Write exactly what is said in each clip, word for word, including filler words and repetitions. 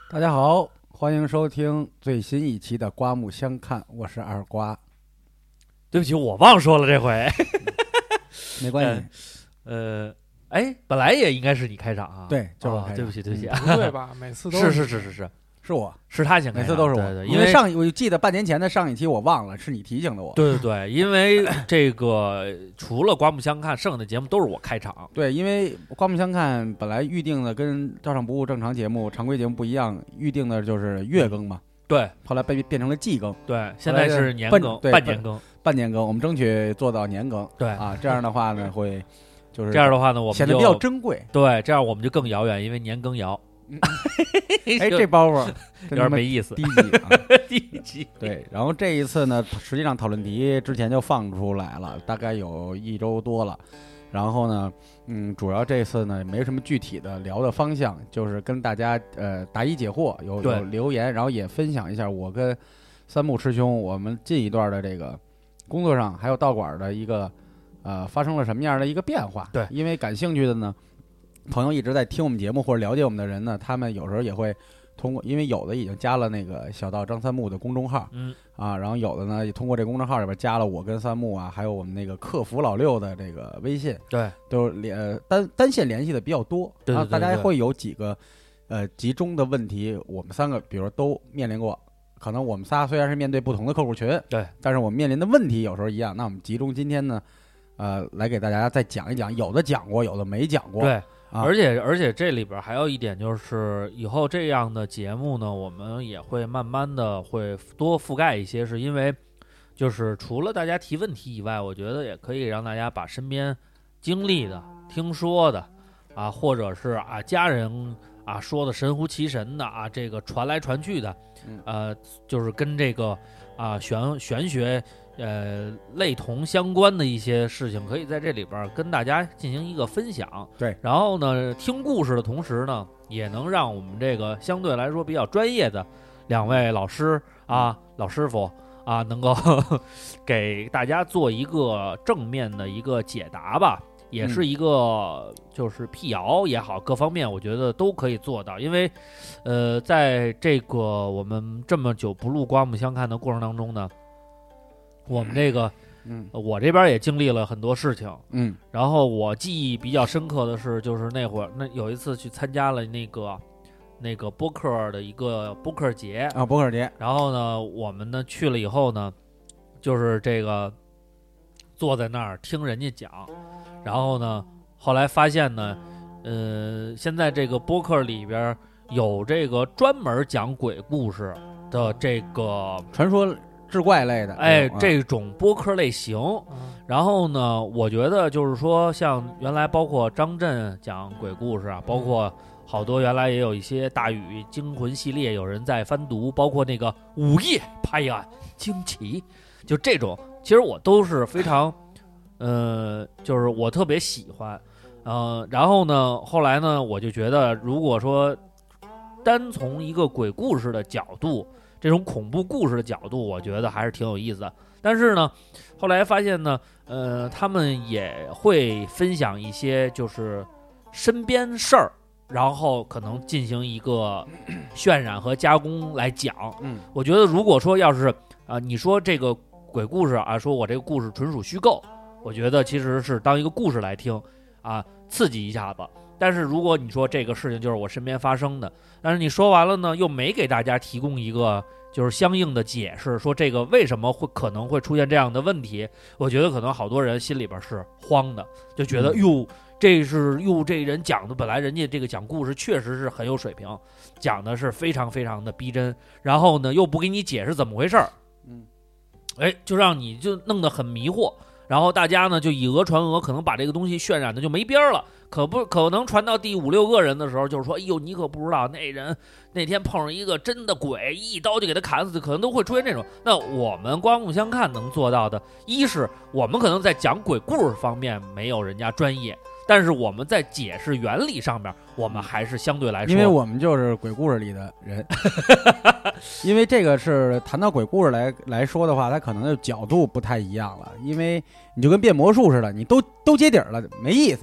大家好，欢迎收听最新一期的《刮目相看》，我是二瓜。 对不起，我忘说了这回， 没关系。 呃，哎，本来也应该是你开场啊。 对，就是我开场、 哦。对不起，对不起， 不对吧？每次都是是是是是是我， 是他先开场， 每次都是我。 对对， 因为上我记得半年前的上一期我忘了，是你提醒的我。 对对对，因为这个除了刮目相看，剩下的节目都是我开场。 对，因为刮目相看本来预定的跟照常不误正常节目、常规节目不一样，预定的就是月更嘛。 对， 后来被变成了季更。 对，现在是年更， 半年更， 半年更，我们争取做到年更。 对啊，这样的话呢，会就是这样的话呢，我们显得比较珍贵。 对，这样我们就更遥远，因为年更遥。 哎，这包袱有点没意思， 低级啊， 低级。 对，然后这一次呢，实际上讨论题之前就放出来了，大概有一周多了。然后呢，嗯，主要这次呢没什么具体的聊的方向，就是跟大家呃答疑解惑，有有留言，然后也分享一下我跟三木师兄我们近一段的这个工作上还有道馆的一个呃发生了什么样的一个变化。 对， 因为感兴趣的呢，朋友一直在听我们节目或者了解我们的人呢，他们有时候也会通过，因为有的已经加了那个小道张三木的公众号， 嗯啊，然后有的呢也通过这公众号里边加了我跟三木啊，还有我们那个客服老六的这个微信， 对， 都联单单线联系的比较多， 对对对对， 然后大家会有几个呃集中的问题，我们三个比如都面临过，可能我们仨虽然是面对不同的客户群， 对， 但是我们面临的问题有时候一样，那我们集中今天呢，呃，来给大家再讲一讲，有的讲过，有的没讲过， 对。 啊、 而且而且这里边还有一点就是，以后这样的节目呢，我们也会慢慢的会多覆盖一些，是因为就是除了大家提问题以外，我觉得也可以让大家把身边经历的、听说的啊，或者是啊家人啊说的神乎其神的啊，这个传来传去的，呃，就是跟这个啊玄玄学。呃，类同相关的一些事情，可以在这里边跟大家进行一个分享。 对， 然后呢，听故事的同时呢，也能让我们这个相对来说比较专业的两位老师啊、老师傅啊，能够呵呵给大家做一个正面的一个解答吧，也是一个就是辟谣也好，各方面我觉得都可以做到。因为，呃，在这个我们这么久不录刮目相看的过程当中呢。我们这个， 嗯， 我这边也经历了很多事情， 嗯， 然后我记忆比较深刻的是，就是那会儿，那有一次去参加了那个那个播客的一个播客节啊，播客节， 然后呢，我们呢去了以后呢，就是这个坐在那儿听人家讲，然后呢，后来发现呢，呃，现在这个播客里边有这个专门讲鬼故事的这个传说。志怪类的， 哎， 啊、 这种播客类型。然后呢，我觉得就是说，像原来包括张震讲鬼故事啊，包括好多原来也有一些大禹惊魂系列，有人在翻读，包括那个午夜拍案惊奇，就这种，其实我都是非常，呃，就是我特别喜欢，呃，然后呢，后来呢，我就觉得，如果说单从一个鬼故事的角度。这种恐怖故事的角度，我觉得还是挺有意思的。但是呢，后来发现呢，呃，他们也会分享一些就是身边事儿，然后可能进行一个渲染和加工来讲。 嗯， 我觉得如果说要是啊、呃，你说这个鬼故事啊，说我这个故事纯属虚构，我觉得其实是当一个故事来听啊，刺激一下子。但是如果你说这个事情就是我身边发生的，但是你说完了呢，又没给大家提供一个就是相应的解释，说这个为什么会可能会出现这样的问题，我觉得可能好多人心里边是慌的，就觉得哟、嗯，这是哟这人讲的本来人家这个讲故事确实是很有水平，讲的是非常非常的逼真，然后呢又不给你解释怎么回事儿， 嗯， 哎，就让你就弄得很迷惑。然后大家呢就以讹传讹，可能把这个东西渲染的就没边了，可不可能传到第五六个人的时候，就是说，哎呦，你可不知道那人那天碰上一个真的鬼，一刀就给他砍死，可能都会出现这种。那我们刮目相看能做到的，一是我们可能在讲鬼故事方面没有人家专业，但是我们在解释原理上面，我们还是相对来说， 因为我们就是鬼故事里的人，因为这个是谈到鬼故事来来说的话，它可能就角度不太一样了，因为你就跟变魔术似的，你都都接底儿了，没意思。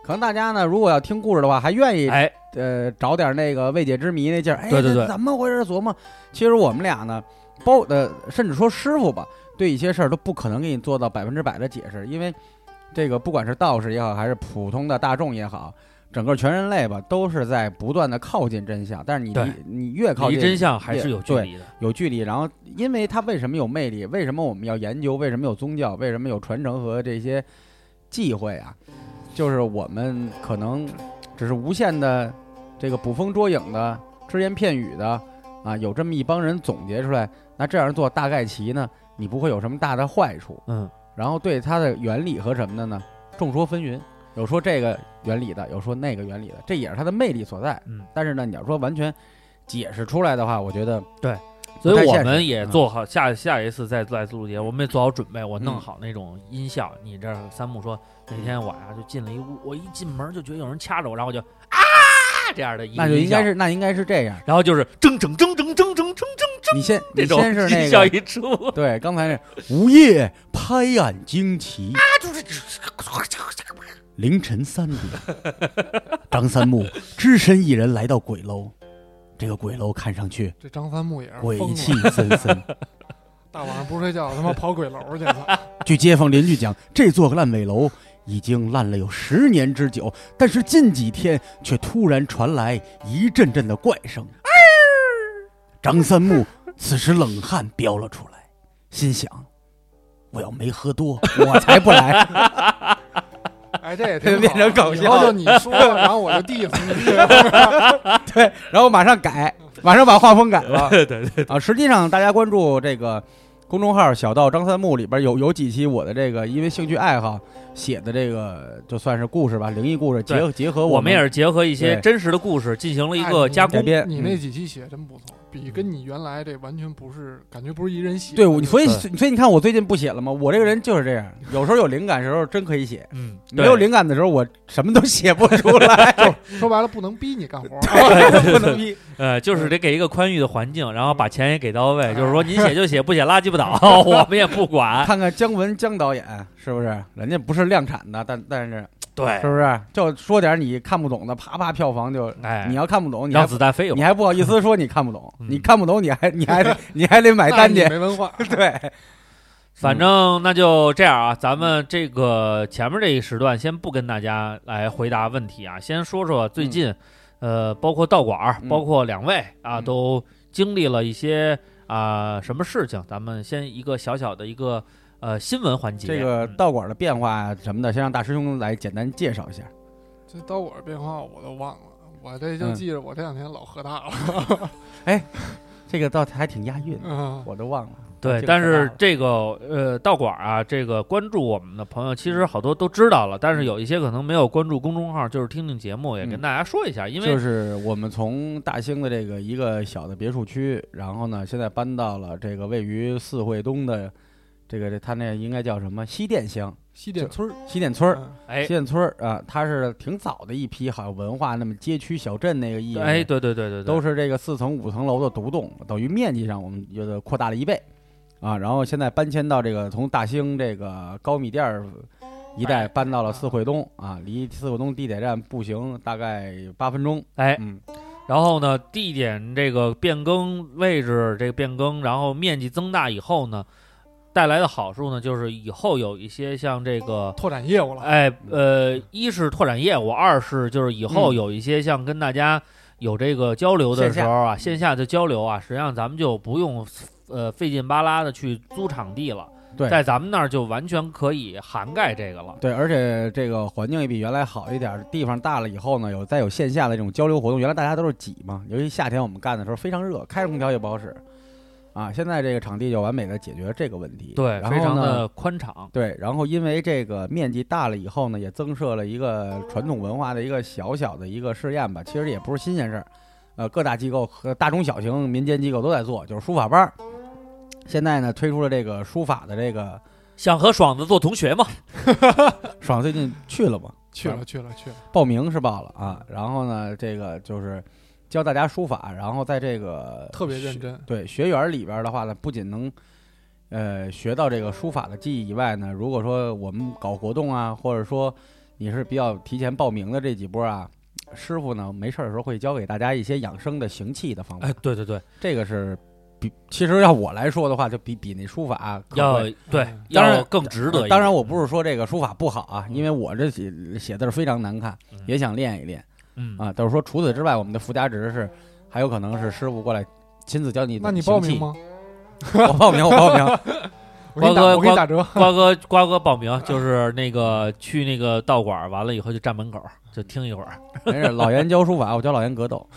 可能大家呢，如果要听故事的话，还愿意哎， 呃找点那个未解之谜那劲儿。哎， 对对对， 怎么回事？琢磨。其实我们俩呢，包呃，甚至说师傅吧，对一些事儿都不可能给你做到百分之百的解释，因为这个不管是道士也好，还是普通的大众也好，整个全人类吧，都是在不断的靠近真相。但是你离你越靠近离真相还是有距离的， 有距离。然后，因为它为什么有魅力？为什么我们要研究？为什么有宗教？为什么有传承和这些忌讳啊？就是我们可能只是无限的这个捕风捉影的、只言片语的啊，有这么一帮人总结出来，那这样做大概其呢，你不会有什么大的坏处。 嗯。 然后对它的原理和什么的呢，众说纷纭，有说这个原理的，有说那个原理的，这也是它的魅力所在。 嗯， 但是呢，你要说完全解释出来的话，我觉得对，所以我们也做好下、嗯、下一次再再录节，我们也做好准备，我弄好那种音效。嗯、你这三木说那天晚上就进了一屋，我一进门就觉得有人掐着我，然后我就啊这样的一个音效， 那就应该是那应该是这样， 然后就是铮铮铮铮铮铮铮铮。 你先，你先是那个一出， 对，刚才那午夜拍案惊奇啊，就是凌晨三点，张三木只身一人来到鬼楼，这个鬼楼看上去， 这张三木也是鬼气森森。 大晚上不睡觉，他妈跑鬼楼去了。 据街坊邻居讲，这座烂尾楼已经烂了有十年之久，但是近几天却突然传来一阵阵的怪声。张三木此时冷汗飙了出来，心想：我要没喝多，我才不来。 哎，这也挺好， 变成搞笑。 然后就你说，然后我就 diss 你。 对，然后马上改，马上把画风改了。 对对对啊，实际上大家关注这个公众号小道张三木里边有有几期我的这个因为兴趣爱好写的这个就算是故事吧，灵异故事结结合我们也是结合一些真实的故事进行了一个加工。 编。 你那几期写真不错，比跟你原来这完全不是，感觉不是一人写。 对，所以所以你看我最近不写了吗？我这个人就是这样，有时候有灵感的时候真可以写， 嗯， 没有灵感的时候我什么都写不出来。 说白了，不能逼你干活， 对，不能逼。 呃，就是得给一个宽裕的环境，然后把钱也给到位。就是说，您写就写，不写拉鸡巴倒，我们也不管。 看看姜文姜导演是不是？人家不是量产的，但但是对， 是不是？就说点你看不懂的，啪啪票房就， 哎， 你要看不懂，你让子弹飞， 你还不好意思说你看不懂， 嗯、 你看不懂，你还你还得你还得买单去， 没文化。 对， 反正那就这样啊，咱们这个前面这一时段先不跟大家来回答问题啊，先说说最近。嗯呃，包括道馆，包括两位啊， 嗯、 都经历了一些啊、呃、什么事情？咱们先一个小小的一个呃新闻环节。 这个道馆的变化什么的，先让大师兄来简单介绍一下。 这道馆变化我都忘了，我这就记着我这两天老喝大了。 嗯、哎，这个倒还挺押韵， 嗯、 我都忘了。 对，但是这个呃道馆啊，这个关注我们的朋友其实好多都知道了，但是有一些可能没有关注公众号，就是听听节目，也跟大家说一下， 嗯、 因为就是我们从大兴的这个一个小的别墅区，然后呢，现在搬到了这个位于四惠东的这个它那应该叫什么西店乡。 西店村， 西店村， 哎， 西店村啊，它是挺早的一批，好像文化那么街区小镇那个意思。 哎，对对对对对， 都是这个四层五层楼的独栋，等于面积上我们有的扩大了一倍。啊，然后现在搬迁到这个从大兴这个高米店一带搬到了四惠东啊，离四惠东地铁站步行大概八分钟。 哎， 嗯， 然后呢，地点这个变更位置这个变更，然后面积增大以后呢，带来的好处呢，就是以后有一些像这个拓展业务了。 哎，呃，一是拓展业务，二是就是以后有一些像跟大家有这个交流的时候啊，线下, 线下的交流啊，实际上咱们就不用。呃，费劲巴拉的去租场地了， 对， 在咱们那儿就完全可以涵盖这个了。 对，而且这个环境也比原来好一点，地方大了以后呢，有再有线下的这种交流活动。原来大家都是挤嘛，尤其夏天我们干的时候非常热，开着空调也不好使啊。现在这个场地就完美的解决了这个问题， 对， 然后非常的宽敞。 对，然后因为这个面积大了以后呢，也增设了一个传统文化的一个小小的一个试验吧。其实也不是新鲜事儿，呃，各大机构和大中小型民间机构都在做，就是书法班。现在呢，推出了这个书法的这个， 想和爽子做同学吗？ 爽最近去了吗？ 去了，去了，去了。 报名是报了啊，然后呢，这个就是教大家书法，然后在这个特别认真。 对，学园里边的话呢，不仅能呃学到这个书法的技艺以外呢，如果说我们搞活动啊，或者说你是比较提前报名的这几波啊，师傅呢没事的时候会教给大家一些养生的行气的方法。 哎，对对对， 这个是比其实要我来说的话，就比比那书法要对当然要更值得。 当然，我不是说这个书法不好啊，因为我这写写字非常难看， 嗯、 也想练一练。 嗯啊，都是说除此之外，我们的附加值是还有可能是师傅过来亲自教你。 那你报名吗？ 我报名，我报名。 瓜哥， 我给你打折。 瓜哥，瓜哥报名就是那个去那个道馆，完了以后就站门口就听一会儿。 没事，老严教书法，我教老严格斗。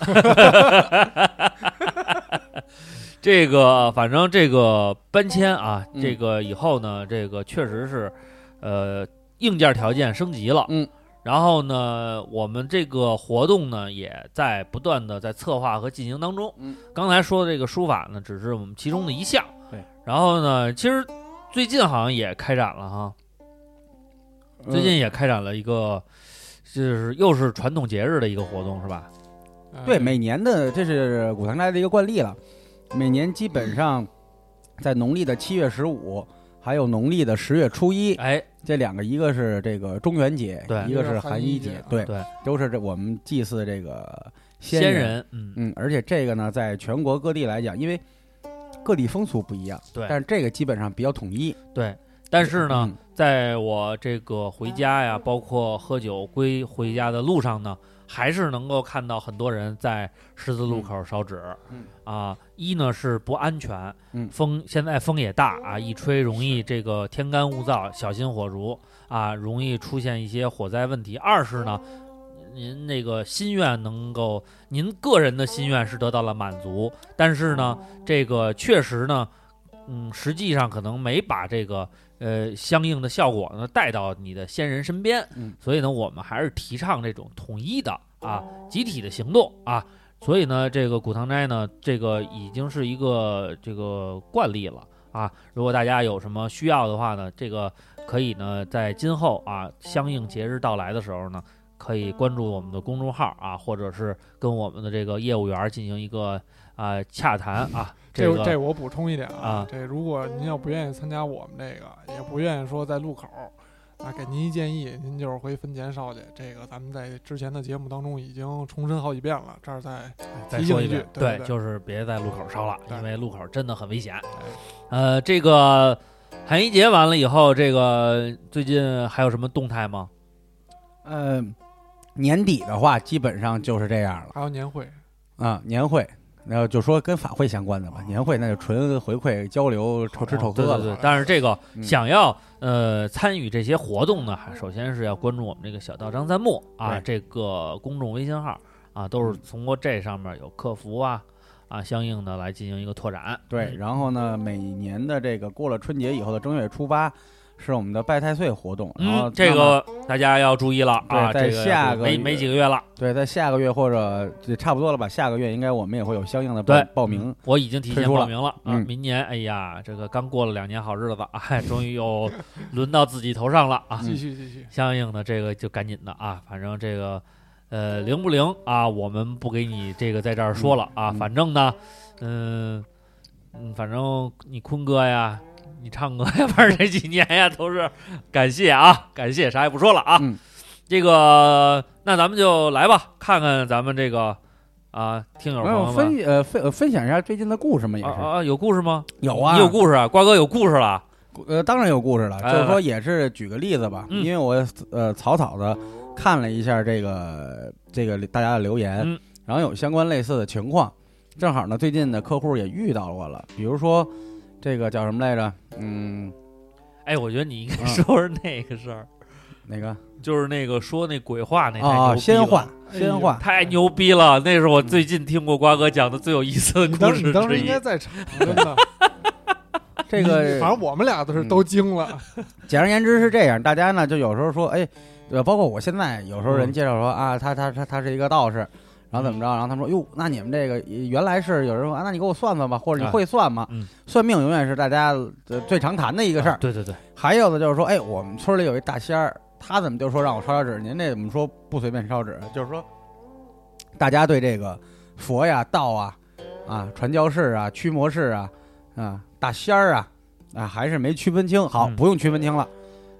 这个反正这个搬迁啊， 嗯、 这个以后呢，这个确实是，呃，硬件条件升级了。 嗯。 然后呢，我们这个活动呢，也在不断的在策划和进行当中。 嗯。 刚才说的这个书法呢，只是我们其中的一项。 对。 然后呢，其实最近好像也开展了哈，最近也开展了一个，就是又是传统节日的一个活动，是吧？ 对，每年的这是古唐斋的一个惯例了。每年基本上在农历的七月十五，还有农历的十月初一， 哎， 这两个一个是这个中元节， 对， 一个是寒衣节，对对， 都是这我们祭祀这个先人， 人嗯嗯，而且这个呢，在全国各地来讲，因为各地风俗不一样， 对， 但是这个基本上比较统一， 对。但是呢， 嗯、 在我这个回家呀，包括喝酒归回家的路上呢，还是能够看到很多人在十字路口烧纸。 嗯啊，一呢是不安全， 嗯， 风现在风也大啊，一吹容易这个天干物燥，小心火烛啊，容易出现一些火灾问题。二是呢，您那个心愿能够，您个人的心愿是得到了满足，但是呢，这个确实呢，嗯，实际上可能没把这个。呃，相应的效果呢，带到你的先人身边， 嗯， 所以呢，我们还是提倡这种统一的啊，集体的行动啊，所以呢，这个古唐斋呢，这个已经是一个这个惯例了啊。如果大家有什么需要的话呢，这个可以呢，在今后啊，相应节日到来的时候呢，可以关注我们的公众号啊，或者是跟我们的这个业务员进行一个啊洽谈啊。这这个、 这我补充一点啊， 这如果您要不愿意参加我们这个，也不愿意说在路口，啊，给您一建议，您就是回坟前烧去。这个咱们在之前的节目当中已经重申好几遍了，这儿再提醒一句，对, 对，就是别在路口烧了，因为路口真的很危险。 呃， 这个寒衣节完了以后，这个最近还有什么动态吗？ 呃，年底的话，基本上就是这样了。 还有年会啊，年会。然后就说跟法会相关的吧，年会那就纯回馈交流、臭吃臭喝了。 对对对，但是这个想要呃参与这些活动呢，首先是要关注我们这个小道张三木啊这个公众微信号啊，都是通过这上面有客服啊啊相应的来进行一个拓展。 对，然后呢，每年的这个过了春节以后的正月初八。是我们的拜太岁活动，然后、 嗯、这个大家要注意了啊！ 在下个没没几个月了， 对，在下个月或者就差不多了吧，下个月应该我们也会有相应的报对报名、 嗯，我已经提前报名了啊！ 嗯、 明年，哎呀，这个刚过了两年好日子，哎，终于又轮到自己头上了啊！ 继续继续， 相应的这个就赶紧的啊，反正这个呃灵不灵啊，我们不给你这个在这儿说了啊， 嗯、 反正呢，嗯嗯，反正你坤哥呀。你唱歌呀，反正这几年呀都是感谢啊，感谢，啥也不说了啊。 嗯、 这个那咱们就来吧，看看咱们这个啊听友朋友们分呃分分享一下最近的故事嘛，也是啊啊有故事吗？ 有啊， 你有故事啊，瓜哥有故事了。 呃，当然有故事了， 哎、 就是说也是举个例子吧， 嗯、 因为我呃草草的看了一下这个这个大家的留言， 嗯、 然后有相关类似的情况，正好呢最近的客户也遇到过了，比如说。这个叫什么来着？嗯， 哎，我觉得你应该说说那个事儿。 哪个？ 就是那个说那鬼话那啊，仙话，仙话， 太牛逼了！那是我最近听过瓜哥讲的最有意思的故事之一。 你当时应该在场，真的。 这个， 反正我们俩都是都惊了。 简而言之是这样，大家呢就有时候说，哎，呃，包括我现在有时候人介绍说啊，他他他他是一个道士。然后怎么着？然后他们说：“哟，那你们这个原来是有人说啊，那你给我算算吧，或者你会算吗？” 嗯， 算命永远是大家最常谈的一个事儿。 对对对。 还有的就是说，哎，我们村里有一大仙儿，他怎么就说让我烧烧纸？您这怎么说不随便烧纸？就是说，大家对这个佛呀、道啊、啊传教士啊、驱魔士啊、啊大仙儿啊啊，还是没区分清。好，不用区分清了。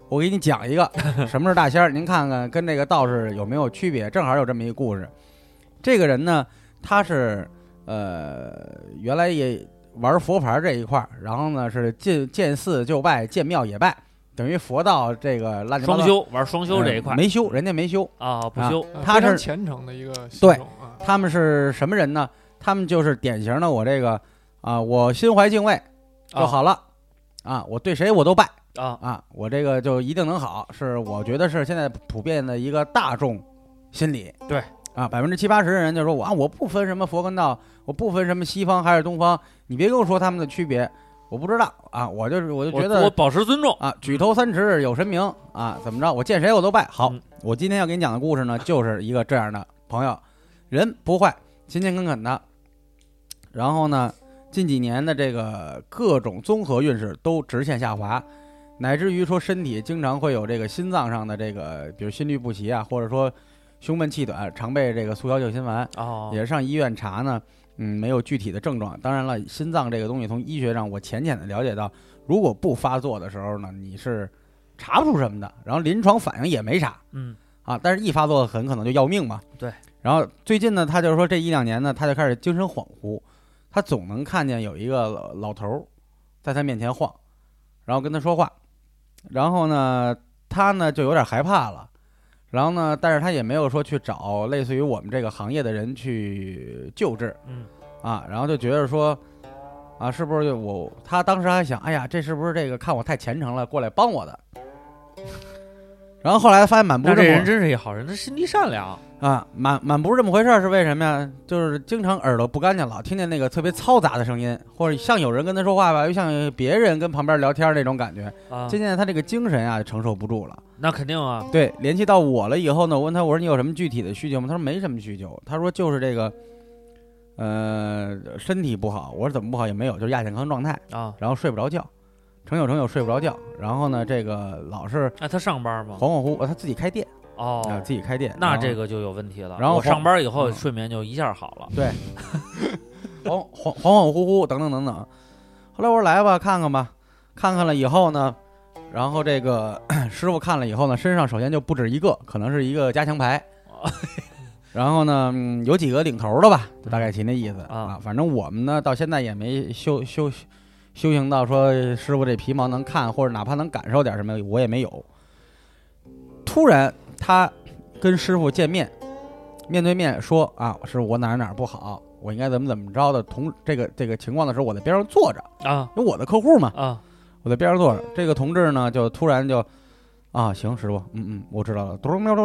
我给你讲一个什么是大仙儿，您看看跟这个道士有没有区别？正好有这么一个故事。这个人呢，他是呃原来也玩佛牌这一块儿，然后呢是进见寺就拜，见庙也拜，等于佛道这个乱七八糟双修玩双修这一块、 嗯、没修，人家没修啊，不修， 啊、 他是虔诚的一个对、 啊， 他们是什么人呢？他们就是典型的我这个啊，我心怀敬畏就好了 啊, 啊，我对谁我都拜。啊啊！我这个就一定能好，是我觉得是现在普遍的一个大众心理。 对啊，百分之七八十的人就说我啊，我不分什么佛跟道，我不分什么西方还是东方，你别跟我说他们的区别，我不知道啊，我就是我就觉得我, 我保持尊重啊，举头三尺有神明啊，怎么着，我见谁我都拜。好， 嗯、 我今天要给你讲的故事呢，就是一个这样的朋友，人不坏，勤勤恳恳的，然后呢，近几年的这个各种综合运势都直线下滑。乃至于说身体经常会有这个心脏上的这个，比如心律不齐啊，或者说胸闷气短，常备这个速效救心丸， 哦， 也上医院查呢，嗯，没有具体的症状。当然了，心脏这个东西从医学上我浅浅的了解到，如果不发作的时候呢，你是查不出什么的，然后临床反应也没啥， 嗯， 啊，但是一发作很可能就要命嘛。 对。 然后最近呢，他就是说这一两年呢，他就开始精神恍惚，他总能看见有一个老头在他面前晃，然后跟他说话。然后呢，他呢就有点害怕了，然后呢，但是他也没有说去找类似于我们这个行业的人去救治， 嗯， 啊，然后就觉得说，啊，是不是我？他当时还想，哎呀，这是不是这个看我太虔诚了，过来帮我的？然后后来发现满不是这这人真是一好人，他心地善良啊，满满不是这么回事，是为什么呀？就是经常耳朵不干净，老听见那个特别嘈杂的声音，或者像有人跟他说话吧，又像别人跟旁边聊天那种感觉。 啊， 渐渐他这个精神啊承受不住了。 那肯定啊。 对，联系到我了以后呢，我问他，我说你有什么具体的需求吗？他说没什么需求，他说就是这个，呃，身体不好。我说怎么不好也没有，就是亚健康状态啊， 然后睡不着觉。成有成有睡不着觉，然后呢，这个老是哎，他上班吗？ 恍恍惚惚，他自己开店哦、 啊，自己开店， 那这个就有问题了。 然后我上班以后、 嗯、 睡眠就一下好了。 对，恍恍恍恍惚惚，等等等等。后来我说来吧，看看吧，看看了以后呢，然后这个师傅看了以后呢，身上首先就不止一个，可能是一个加强牌。然后呢、嗯，有几个领头的吧，就大概其那意思、 嗯、 啊。反正我们呢，到现在也没修修。修行到说师傅这皮毛能看，或者哪怕能感受点什么，我也没有。突然他跟师傅见面，面对面说啊，是我哪儿哪儿不好，我应该怎么怎么着的。同这个这个情况的时候，我在边上坐着啊， 因为我的客户嘛啊， 我在边上坐着。这个同志呢，就突然就啊，行，师傅，嗯嗯，我知道了。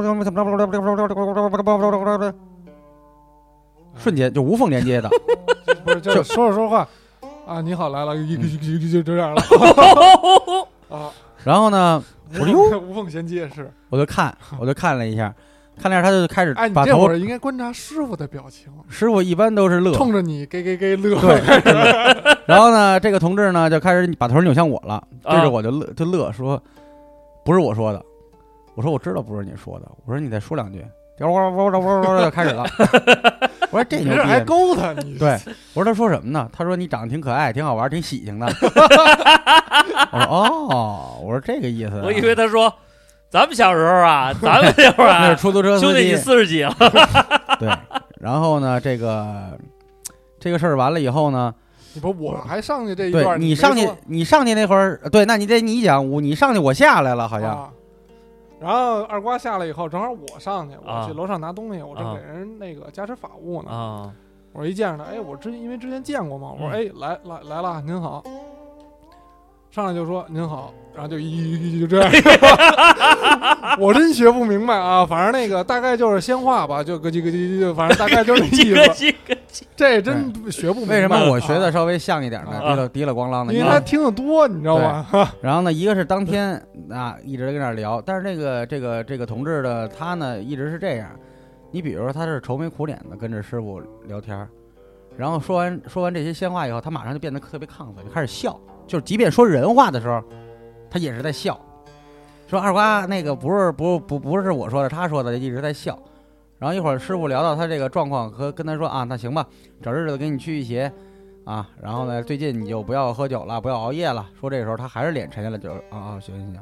瞬间就无缝连接的， 不是就说着说话。啊，你好来了，一个就就这样了啊。 然后呢，我哟， 无缝衔接是， 我就看，我就看了一下，看了一下，他就开始把头。 哎，你这会儿应该观察师傅的表情。 师傅一般都是乐， 冲着你给给给乐。 对。然后呢，这个同志呢就开始把头扭向我了，对着我就乐，就乐说：“不是我说的。”我说：“我知道不是你说的。”我说：“你再说两句。”哇哇哇哇哇哇就开始了。我说这牛逼， 还勾他你？ 对，我说他说什么呢？他说你长得挺可爱，挺好玩，挺喜庆的。我说哦，我说这个意思、啊。 我以为他说，咱们小时候啊，咱们那会儿啊， 那是出租车司机， 兄弟你四十几了。 对，然后呢，这个这个事儿完了以后呢， 你不我还上去这一段， 对你上去你上去那会儿，对，那你得你讲我，你上去我下来了，好像。 啊然后二瓜下来以后，正好我上去， 啊、 我去楼上拿东西，我正啊、 给人那个加持法务呢。 啊、 我说一见着他，哎，我之因为之前见过嘛，我说、嗯、哎来来来了，您好。上来就说您好，然后就一就这样。我真学不明白啊，反正那个大概就是先话吧，就咯叽咯叽就反正大概就是那意思。这真学不明白。 为什么我学的稍微像一点呢？ 啊、 滴了滴了咣啷的， 因为他听得多，你知道吗？ 然后呢，一个是当天啊一直跟那聊，但是这个这个这个同志的他呢一直是这样。你比如说他是愁眉苦脸的跟着师傅聊天，然后说完说完这些闲话以后，他马上就变得特别亢奋，就开始笑。就是即便说人话的时候，他也是在笑。说二瓜那个不是不不不是我说的，他说的，一直在笑。然后一会儿师傅聊到他这个状况，和跟他说啊，那行吧，找日子给你驱驱邪啊。然后呢，最近你就不要喝酒了，不要熬夜了。说这个时候他还是脸沉下来，就啊啊行行行。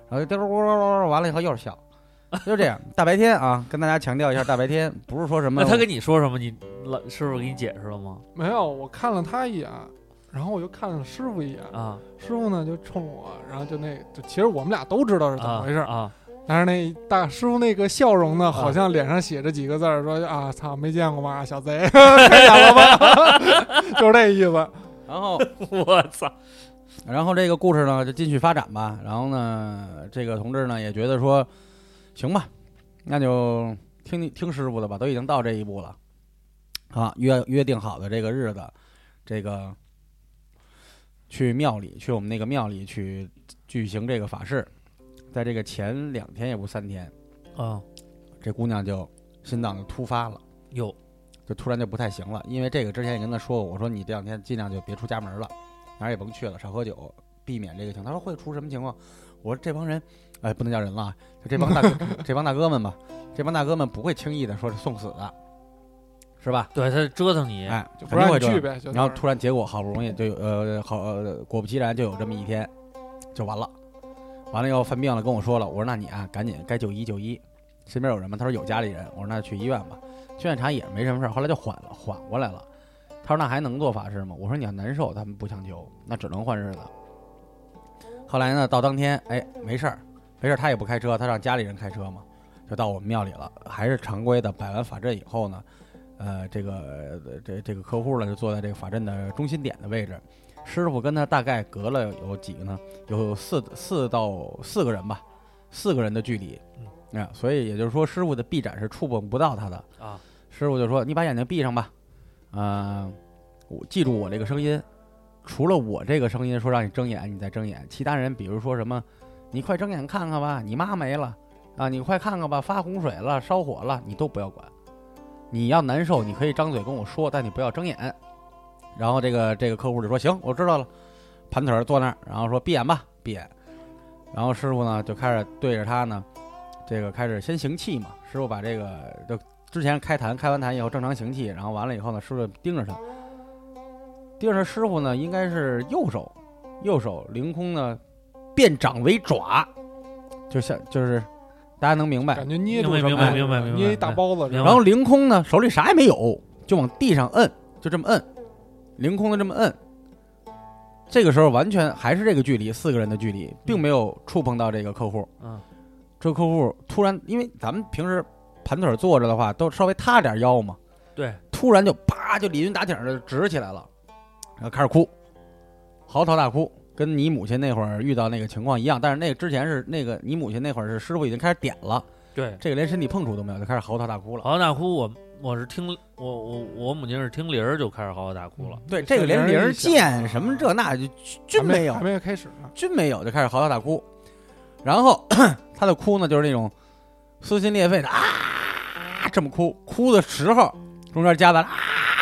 然后就咕咕咕完了以后又是笑，就这样。大白天啊，跟大家强调一下，大白天不是说什么。 那他跟你说什么？你老师傅给你解释了吗？ 没有，我看了他一眼，然后我又看了师傅一眼啊。 师傅呢就冲我，然后就那就其实我们俩都知道是怎么回事啊, 啊， 但是那大师傅那个笑容呢，好像脸上写着几个字儿，说啊操，没见过吧，小贼，开眼了吧，就是这意思。 然后我操。 然后这个故事呢就继续发展吧，然后呢这个同志呢也觉得说行吧，那就听听师傅的吧，都已经到这一步了啊，约约定好的这个日子，这个去庙里，去我们那个庙里去举行这个法事。在这个前两天也不三天啊， 这姑娘就心脏就突发了， 哟， 就突然就不太行了。因为这个之前也跟她说过，我说你这两天尽量就别出家门了，哪儿也甭去了，少喝酒，避免这个情况。他说会出什么情况？我说这帮人，哎，不能叫人了，就这帮大哥这帮大哥们吧，这帮大哥们不会轻易的说是送死的，是吧？ 对，他折腾你， 哎， 就不让你去呗。 然后突然结果好不容易就有呃好、呃、果不其然就有这么一天，就完了。完了以后犯病了，跟我说了，我说那你啊赶紧该就医就医，身边有人吗？他说有家里人。我说那去医院吧，去院查也没什么事，后来就缓了缓过来了。他说那还能做法事吗？我说你要难受，他们不强求，那只能换日子。后来呢，到当天，哎，没事儿，没事儿，他也不开车，他让家里人开车嘛，就到我们庙里了。还是常规的摆完法阵以后呢，呃，这个这这个客户呢就坐在这个法阵的中心点的位置，师傅跟他大概隔了有几个呢？有四四到四个人吧，四个人的距离，嗯，啊，所以也就是说，师傅的臂展是触碰不到他的啊。 师傅就说：“你把眼睛闭上吧，啊、呃，我记住我这个声音。”除了我这个声音说让你睁眼，你再睁眼。其他人，比如说什么，你快睁眼看看吧，你妈没了啊，你快看看吧，发洪水了，烧火了，你都不要管。你要难受，你可以张嘴跟我说，但你不要睁眼。然后这个这个客户就说：“行，我知道了。”盘腿坐那儿，然后说：“闭眼吧，闭眼。”然后师傅呢就开始对着他呢，这个开始先行气嘛。师傅把这个就之前开坛，开完坛以后正常行气，然后完了以后呢，师傅盯着他。盯着师傅呢，应该是右手，右手凌空呢，变掌为爪，就像就是大家能明白， 感觉捏住什么， 明白明白明白， 捏一大包子。 然后凌空呢，手里啥也没有，就往地上摁，就这么摁，凌空的这么摁。这个时候完全还是这个距离，四个人的距离，并没有触碰到这个客户。 嗯， 这个客户突然，因为咱们平时盘腿坐着的话，都稍微塌点腰嘛， 对， 突然就啪就李云打挺的直起来了。然后开始哭，嚎啕大哭，跟你母亲那会儿遇到那个情况一样。但是那个之前是那个你母亲那会儿是师傅已经开始点了， 对， 这个连身体碰触都没有，就开始嚎啕大哭了。 嚎啕大哭，我我是听我我我母亲是听铃儿就开始嚎啕大哭了。 对，这个连铃儿见什么这那就均没有， 还没开始呢， 均没有就开始嚎啕大哭。然后他的哭呢，就是那种撕心裂肺的啊，这么哭，哭的时候中间夹杂啊。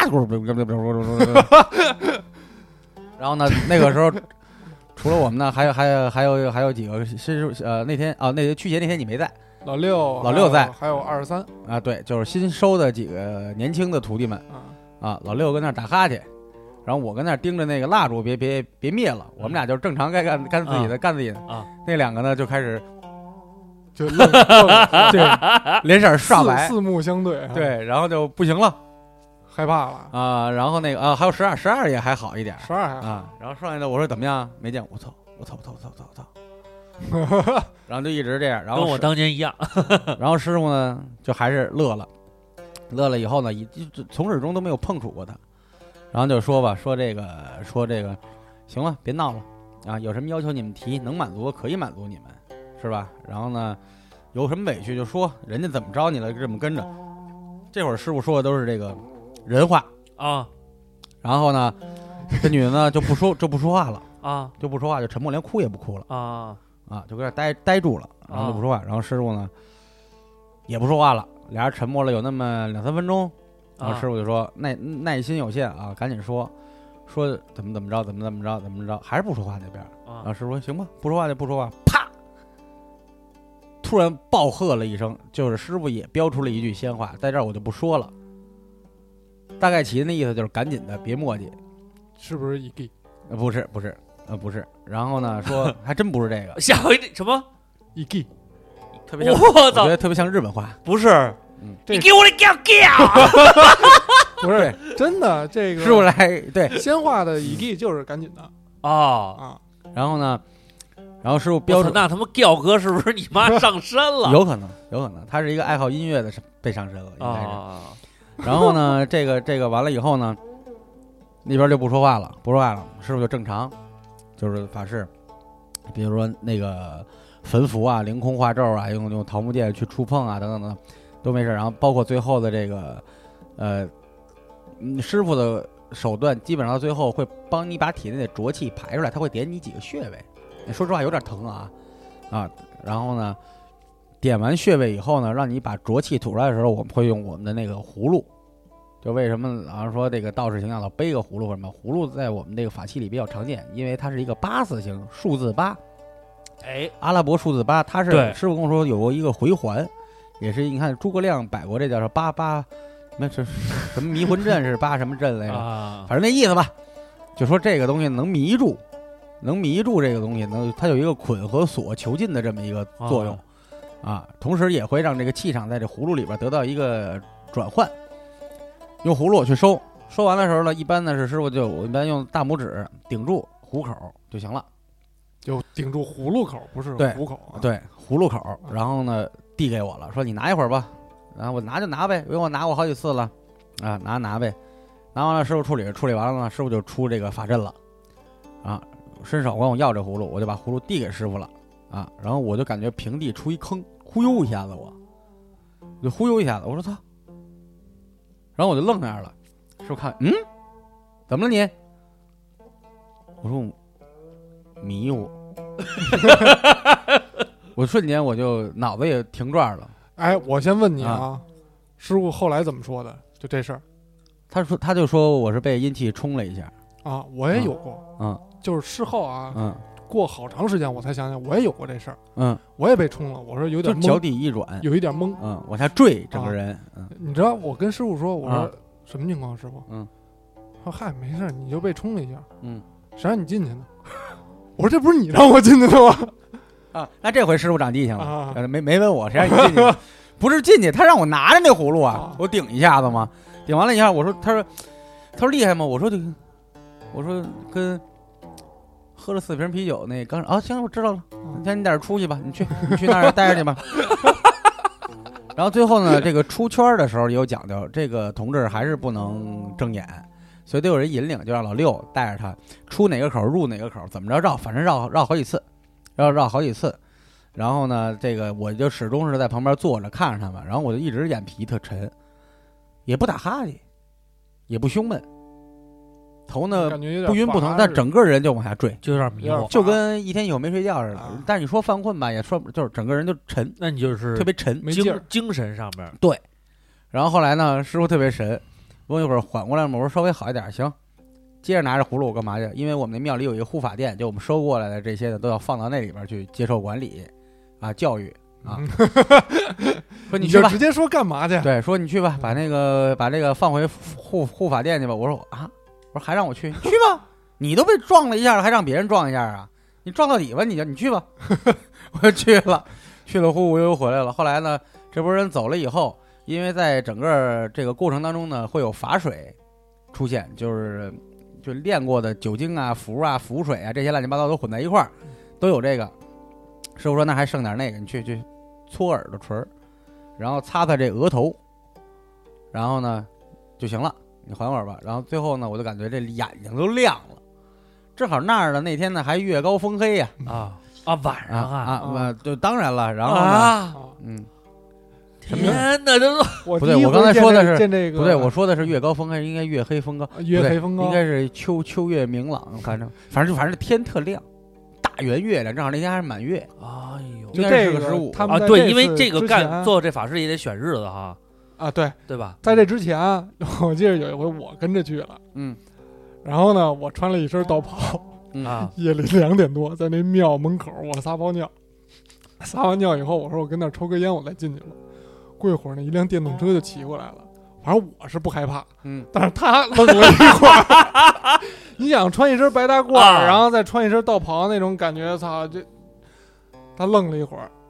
然后呢，那个时候除了我们呢，还有还有还有还有几个新呃那天啊，那天去年那天你没在， 老六老六在， 还有二十三啊，对，就是新收的几个年轻的徒弟们啊，老六跟那儿打哈欠，然后我跟那儿盯着那个蜡烛，别别别灭了，我们俩就是正常该干干自己的干自己的啊， 那两个呢就开始就愣愣对脸色刷白， 四目相对， 对，然后就不行了。 害怕了啊，然后那个啊，还有十二，十二也还好一点， 十二还好啊。然后剩下的我说怎么样？没见，我操，我操，我操，我操，我操，我操。然后就一直这样，然后跟我当年一样。 然后师傅呢，就还是乐了，乐了以后呢，一从始终都没有碰触过他。然后就说吧，说这个，说这个，行了，别闹了啊！有什么要求你们提，能满足可以满足你们，是吧？然后呢，有什么委屈就说，人家怎么着你了，这么跟着。这会儿师傅说的都是这个。人话啊， 然后呢，这女的呢就不说就不说话了啊， 就不说话，就沉默，连哭也不哭了啊啊，就搁那呆呆住了，然后就不说话。然后师傅呢也不说话了，俩人沉默了有那么两三分钟，然后师傅就说耐耐心有限啊，赶紧说说怎么怎么着，怎么怎么着，怎么着，还是不说话那边。然后师傅说行吧，不说话就不说话，啪，突然暴喝了一声，就是师傅也飙出了一句仙话，在这儿我就不说了。大概其的意思就是赶紧的，别磨叽， 是不是一 G？ 呃，不是，不是，呃，不是。然后呢，说还真不是这个， 下回什么一 G， 特别像， 我操我觉得特别像日本话。 不是， 嗯， 你给我的叫叫， 不是真的这个师傅来对先画的一 G 就是赶紧的哦， 啊， 然后呢，然后师傅标准， 我操那他妈调哥是不是你妈上身了？ 有可能，有可能，他是一个爱好音乐的被上身了，应该是。 啊， 然后呢，这个这个完了以后呢，那边就不说话了，不说话了，师傅就正常，就是法事，比如说那个焚符啊、凌空画咒啊，用用桃木剑去触碰啊，等等等，都没事。然后包括最后的这个，呃，嗯师傅的手段基本上到最后会帮你把体内的浊气排出来，他会点你几个穴位，说实话有点疼啊啊，然后呢。点完穴位以后呢，让你把浊气吐出来的时候，我们会用我们的那个葫芦。就为什么好像说这个道士形象老背个葫芦或什么？葫芦在我们这个法器里比较常见，因为它是一个八字形，数字八。 哎， 阿拉伯数字八，它是对师傅跟我说有过一个回环，也是你看诸葛亮摆过这叫什么八八，那是什么迷魂阵是八什么阵来着？ 啊， 反正那意思吧。就说这个东西能迷住，能迷住这个东西，能它有一个捆和锁囚禁的这么一个作用。 啊啊，同时也会让这个气场在这葫芦里边得到一个转换。用葫芦去收，收完的时候呢，一般呢是师傅就我一般用大拇指顶住虎口就行了， 就顶住葫芦口，不是对虎口啊。 对，葫芦口，然后呢递给我了，说你拿一会儿吧，然后我拿就拿呗，因为我拿过好几次了，啊，拿拿呗，拿完了师傅处理，处理完了呢，师傅就出这个法阵了，啊，伸手管我要这葫芦，我就把葫芦递给师傅了，啊，然后我就感觉平地出一坑。忽悠一下子我，我就忽悠一下子，我说操，然后我就愣那样了，师傅看，嗯，怎么了你？我说迷糊，我瞬间我就脑子也停转了。 哎，我先问你啊， 啊师傅后来怎么说的？就这事儿他说他就说我是被阴气冲了一下， 啊，我也有过， 嗯就是事后啊， 嗯过好长时间我才想想，我也有过这事儿， 嗯， 我也被冲了，我说有点懵， 就脚底一软， 有一点懵， 嗯，往下坠，整个人，嗯你知道我跟师傅说，我说、 啊什么情况？师傅， 嗯， 说嗨，没事，你就被冲了一下， 嗯谁让你进去呢？我说这不是你让我进去的吗？ 啊，那这回师傅长记性了， 啊呃没没问我谁让你进去，不是进去，他让我拿着那葫芦啊啊， 我顶一下子嘛，顶完了以后，我说他说他说厉害吗？我说这个，我说跟喝了四瓶啤酒那刚啊行，我知道了，你先你带着出去吧，你去你去那儿待着去吧。然后最后呢，这个出圈的时候也有讲究，这个同志还是不能睁眼，所以得有人引领，就让老六带着他出哪个口入哪个口，怎么着绕，反正绕绕好几次，绕绕好几次。然后呢，这个我就始终是在旁边坐着看着他们，然后我就一直眼皮特沉，也不打哈欠，也不胸闷，头呢感觉有点不晕不疼， 乏但整个人就往下坠， 就有点迷糊。 就跟一天一宿没睡觉似的。 啊但是你说犯困吧，也说不就是整个人就沉， 那你就是特别沉。 精没劲儿精神上面然后后来呢，师傅特别神，问一会儿缓过来嘛，我说稍微好一点，行。接着拿着葫芦我干嘛去？因为我们那庙里有一个护法殿，就我们收过来的这些呢，都要放到那里边去接受管理啊，教育啊。说你去吧就直，接说干嘛去？ 对，说你去吧，把那个把这个放回护护法殿去吧。我说啊，我说还让我去，去吧，你都被撞了一下了，还让别人撞一下啊？你撞到底吧，你就你去吧。我就去了，去了忽忽悠悠回来了。后来呢，这波人走了以后，因为在整个这个过程当中呢，会有法水出现，就是就练过的酒精啊、符啊、符水啊这些乱七八糟都混在一块儿，都有这个。师傅说那还剩点那个，你去去搓耳朵垂儿，然后擦擦这额头，然后呢就行了，你缓会儿吧。然后最后呢，我就感觉这眼睛都亮了，正好那儿呢那天呢还月高风黑呀、 啊啊，晚上啊啊啊啊，就当然了，然后呢， 啊， 啊嗯， 天哪，这都不对我我第一回见刚才说的是这见这个不对，我说的是月高风黑，应该月黑风高， 月黑风高， 应该是秋秋月明朗，反正反正就反正天特亮，大圆月亮，正好那天还是满月， 哎呦应该就这个是个十五啊， 他们在对，因为次这个之前干做这法事也得选日子哈， 啊，对， 对吧？ 在这之前，我记得有一回我跟着去了， 嗯然后呢，我穿了一身道袍， 嗯啊， 夜里两点多在那庙门口，我撒泡尿，撒完尿以后，我说我跟那儿抽根烟，我再进去了。过一会儿呢，一辆电动车就骑过来了，反正我是不害怕， 嗯， 但是他愣了一会儿。你想穿一身白大褂， 啊然后再穿一身道袍那种感觉，操，这他愣了一会儿，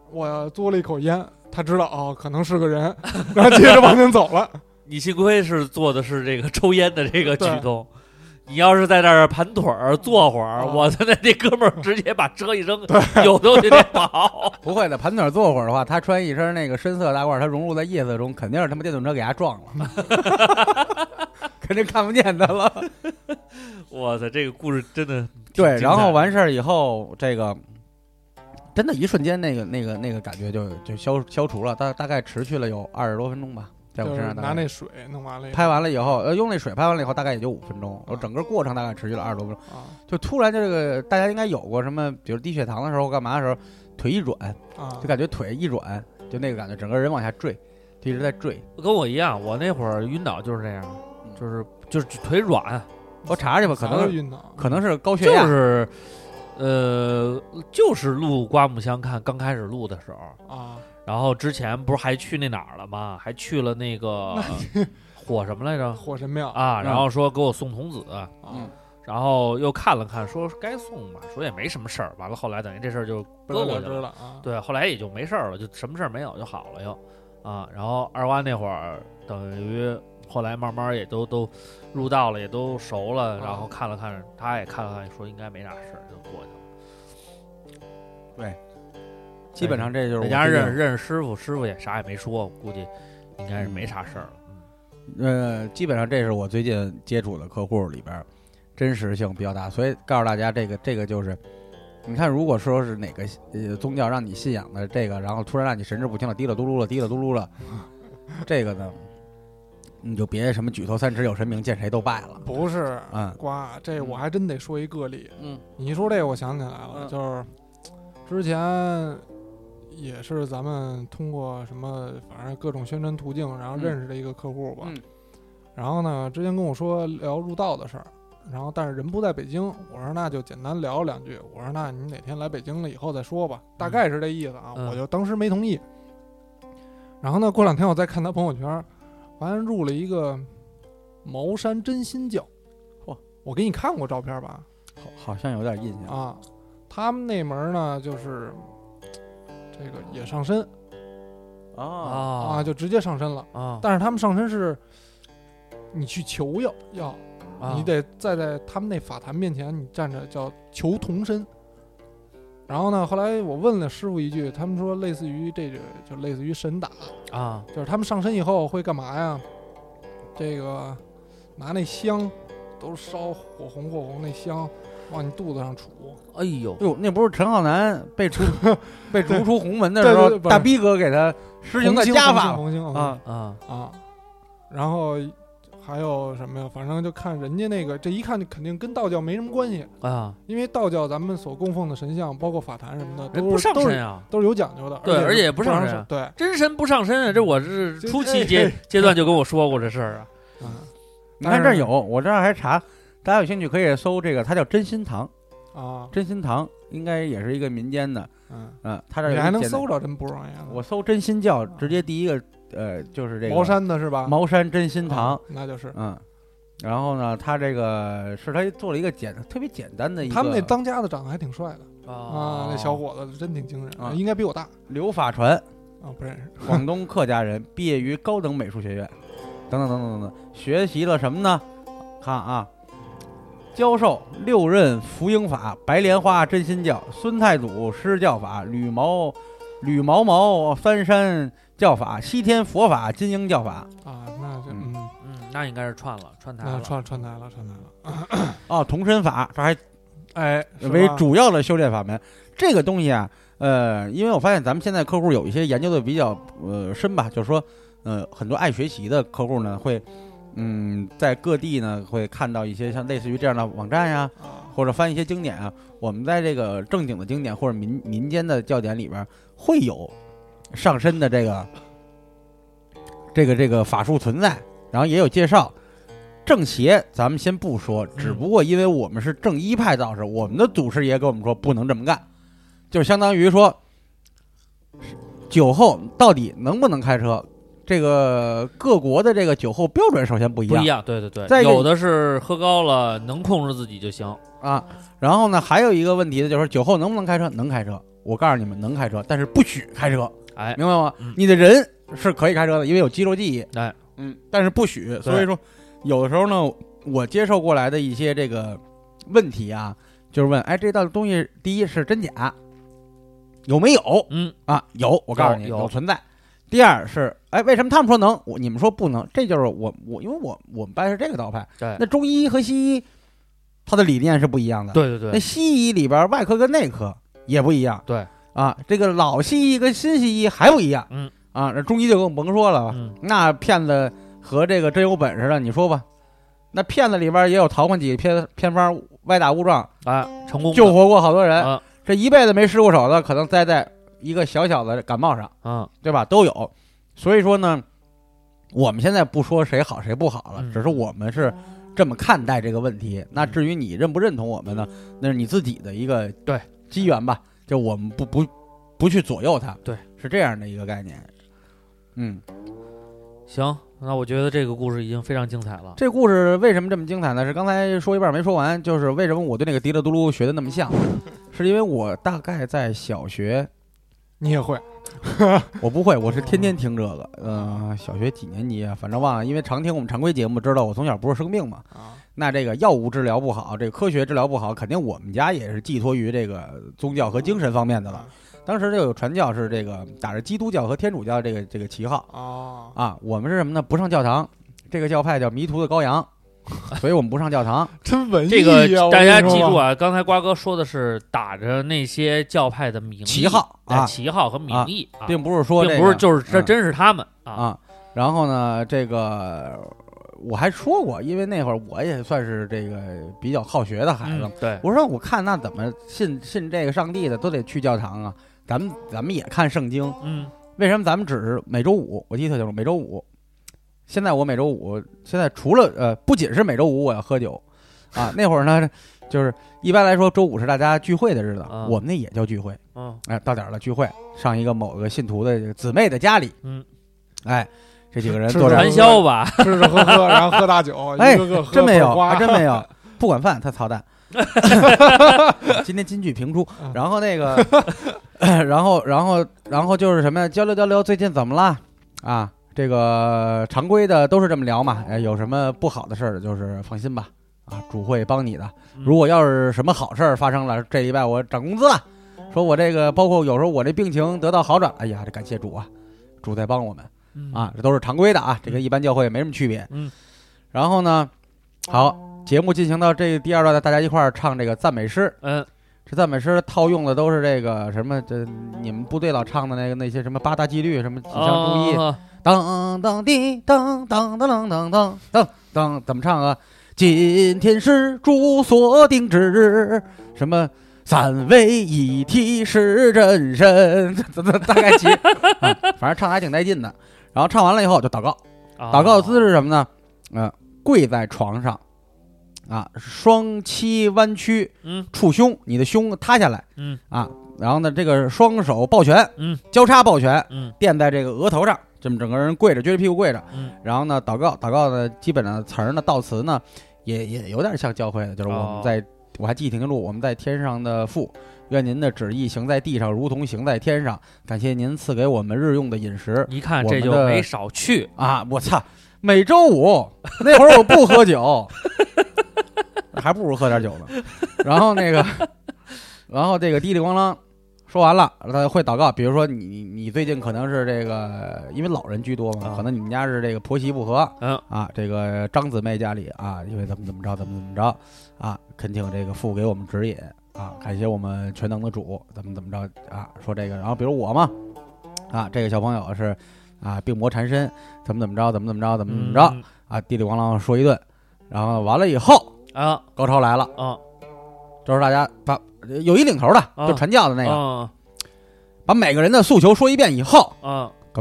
我嘬了一口烟，他知道哦，可能是个人，然后接着往前走了。 你幸亏是做的是这个抽烟的这个举动，你要是在那儿盘腿儿坐会儿，我的那那哥们儿直接把车一扔，有都得跑。 不会的，盘腿坐会儿的话，他穿一身那个深色大褂，他融入在夜色中，肯定是他妈电动车给他撞了，肯定看不见他了。 哇塞，这个故事真的对。然后完事儿以后，这个真的，一瞬间那个那个那个感觉就就消消除了，大大概持续了有二十多分钟吧。在我身上拿那水弄完了， 拍完了以后，呃，用那水拍完了以后，大概也就五分钟。我整个过程大概持续了二十多分钟， 啊、 就突然就这个大家应该有过什么，比如低血糖的时候，干嘛的时候，腿一软， 啊、 就感觉腿一软，就那个感觉，整个人往下坠，就一直在坠。 跟我一样，我那会儿晕倒就是这样，就是就是腿软。 我查查去吧，可能晕倒， 可能是高血压， 就是，呃，就是录刮目相看，刚开始录的时候啊。 然后之前不是还去那哪儿了吗？还去了那个火什么来着？ 火神庙啊！然后说给我送童子， 嗯， 然后又看了看，说该送吧，说也没什么事儿。完了后来等于这事儿就搁过去了啊。 对，后来也就没事儿了，就什么事儿没有就好了又啊。然后二瓜那会儿等于后来慢慢也都都入道了，也都熟了，然后看了看，他也看了看，说应该没啥事儿，就过去了。 对。基本上这就是在家认认识师傅，师傅也啥也没说，估计应该是没啥事儿了。 嗯，呃，基本上这是我最近接触的客户里边真实性比较大，所以告诉大家，这个这个就是，你看，如果说是哪个呃宗教让你信仰的这个，然后突然让你神志不清了，滴了嘟噜了，滴了嘟噜了，这个呢，你就别什么举头三尺有神明，见谁都拜了。 不是， 嗯， 瓜，这我还真得说一个例。 嗯， 你一说这个，我想起来了， 嗯、 就是之前。也是咱们通过什么，反正各种宣传途径，然后认识的一个客户吧。 嗯、 然后呢，之前跟我说聊入道的事儿，然后但是人不在北京，我说那就简单聊两句。我说那你哪天来北京了以后再说吧，大概是这意思啊。 嗯、 我就当时没同意。然后呢，过两天我再看他朋友圈，发现入了一个茅山真心教。 嚯， 我给你看过照片吧？ 好，好像有点印象啊。他们那门呢，就是。这个也上身啊啊，就直接上身了啊！但是他们上身是，你去求要要， 啊、 你得站在他们那法坛面前，你站着叫求童身。然后呢，后来我问了师傅一句，他们说类似于这个，就类似于神打啊， 就是他们上身以后会干嘛呀？这个拿那香都烧火红火红那香。往你肚子上杵， 哎呦哟，那不是陈浩南被逐被逐出洪门的时候，大逼哥给他施行的家法啊啊啊！然后还有什么呀？反正就看人家那个，这一看就肯定跟道教没什么关系啊， 因为道教咱们所供奉的神像，包括法坛什么的， 都不上身啊， 都是有讲究的。 对，而且也不上身， 对， 真神不上身啊！这我是初期阶阶段就跟我说过这事儿啊。 嗯， 你看这儿有，我这儿还查。大家有兴趣可以搜这个，它叫真心堂啊， 真心堂应该也是一个民间的， 嗯嗯，它这你还能搜着，真不容易。 我搜真心教，直接第一个呃就是这个茅山的是吧？ 茅山真心堂， 啊、那就是嗯，然后呢，他这个是他做了一个简特别简单的一个， 他们那当家的长得还挺帅的啊， 啊，那小伙子真挺惊人啊， 应该比我大。 刘法传啊，不认识， 广东客家人，毕业于高等美术学院，等等等等等等，学习了什么呢？看啊。教授六任福音法、白莲花真心教、孙太祖施教法、吕毛吕毛毛翻山教法、西天佛法、金鹰教法啊，那就嗯嗯，那应该是串了串台了， 串串台了串台了。 哦，童身法这还哎为主要的修炼法门。这个东西啊，呃，因为我发现咱们现在客户有一些研究的比较呃深吧，就是说呃很多爱学习的客户呢会。嗯，在各地呢会看到一些像类似于这样的网站呀，或者翻一些经典啊。我们在这个正经的经典或者民民间的教典里边会有上身的这个这个这个法术存在，然后也有介绍。正邪咱们先不说，只不过因为我们是正一派道士，我们的祖师爷跟我们说不能这么干，就相当于说酒后到底能不能开车。这个各国的这个酒后标准首先不一样， 不一样，对对对，有的是喝高了能控制自己就行啊。然后呢，还有一个问题呢，就是酒后能不能开车？能开车我告诉你们能开车，但是不许开车， 哎， 明白吗？ 嗯、 你的人是可以开车的，因为有肌肉记忆， 哎， 嗯，但是不许。所以说，有的时候呢，我接受过来的一些这个问题啊，就是问，哎，这道东西第一是真假，有没有？ 嗯啊，有，我告诉你有有存在。第二是，哎，为什么他们说能，我你们说不能？这就是我我因为我我们拜是这个道派， 对， 那中医和西医它的理念是不一样的， 对对对， 那西医里边外科跟内科也不一样， 对啊，这个老西医跟新西医还不一样， 嗯啊，那中医就更甭说了， 嗯， 那骗子和这个真有本事的，你说吧，那骗子里边也有淘换几个偏偏方，歪打误撞啊，成功救活过好多人， 啊、 这一辈子没失过手的，可能栽在一个小小的感冒上， 啊， 对吧？都有，所以说呢，我们现在不说谁好谁不好了， 嗯、 只是我们是这么看待这个问题。那至于你认不认同我们呢？那是你自己的一个对机缘吧，就我们不不不去左右它， 对， 是这样的一个概念。嗯， 行，那我觉得这个故事已经非常精彩了。 这故事为什么这么精彩呢？是刚才说一半没说完，就是为什么我对那个迪勒嘟噜学的那么像，是因为我大概在小学。 你也会？ 我不会，我是天天听这个。呃，小学几年级啊？反正忘了，因为常听我们常规节目，知道我从小不是生病嘛。 啊， 那这个药物治疗不好，这个科学治疗不好，肯定我们家也是寄托于这个宗教和精神方面的了。当时就有传教是这个打着基督教和天主教这个这个旗号啊啊，我们是什么呢？不上教堂，这个教派叫迷途的羔羊。所以我们不上教堂， 真文艺、啊。 这个大家记住啊，刚才瓜哥说的是打着那些教派的名义、 旗号啊， 旗号和名义， 啊、并不是说、这个、 并不是就是这真是他们、 嗯、啊。啊，然后呢，这个我还说过，因为那会儿我也算是这个比较好学的孩子， 嗯、对， 我说我看那怎么信信这个上帝的都得去教堂啊，咱们咱们也看圣经， 嗯， 为什么咱们只是每周五？我记得特清楚，每周五。现在我每周五，现在除了呃，不仅是每周五我要喝酒，啊，那会儿呢，就是一般来说周五是大家聚会的日子， 嗯、 我们那也叫聚会， 嗯， 哎，到点了聚会，上一个某个信徒的姊妹的家里， 嗯， 哎，这几个人坐着传销吧， 吃吃喝喝，然后喝大酒， 哎， 一个个喝真没有，还真没有，不管饭他操蛋。今天金句评出，然后那个，然后然后然后就是什么呀？交流交流，最近怎么了啊？这个常规的都是这么聊嘛，哎，有什么不好的事儿，就是放心吧，啊，主会帮你的。如果要是什么好事儿发生了，这礼拜我涨工资了，说我这个包括有时候我这病情得到好转，哎呀，这感谢主啊，主在帮我们啊，这都是常规的啊，这跟一般教会没什么区别。 嗯， 然后呢，好，节目进行到这第二段，大家一块儿唱这个赞美诗。 嗯， 这赞美诗套用的都是这个什么？这你们部队老唱的那个那些什么八大纪律，什么几项注意。 哦当当滴当当当当当当当当，怎么唱啊？今天是主所定之日，什么三位一体是真神，大概齐、啊，反正唱的还挺带劲的。然后唱完了以后就祷告，祷告的姿势是什么呢？嗯、呃，跪在床上，啊，双膝弯曲， 嗯， 触胸，你的胸塌下来， 嗯啊，然后呢，这个双手抱拳， 嗯， 交叉抱拳， 嗯， 垫在这个额头上。这么整个人跪着，撅着屁股跪着， 嗯， 然后呢，祷告，祷告的基本上词儿呢，悼词呢，也也有点像教会的，就是我们在，哦、我还记挺清楚，我们在天上的父，愿您的旨意行在地上，如同行在天上。感谢您赐给我们日用的饮食。 一看这就没少去啊！我操，每周五那会儿我不喝酒，还不如喝点酒呢。然后那个，然后这个滴里咣啷。说完了，他会祷告。比如说你，你你最近可能是这个，因为老人居多嘛，可能你们家是这个婆媳不和， 嗯啊，这个张姊妹家里啊，因为怎么怎么着，怎么怎么着，啊，恳请这个父给我们指引啊，感谢我们全能的主，怎么怎么着啊，说这个，然后比如我嘛，啊，这个小朋友是啊病魔缠身，怎么怎么着，怎么怎么着，怎么怎么着， 嗯、 啊，滴里咣啷说一顿，然后完了以后啊， 高潮来了啊， 这时候大家把。有一领头的，就传教的那个， 啊、 把每个人的诉求说一遍以后， 啊， 开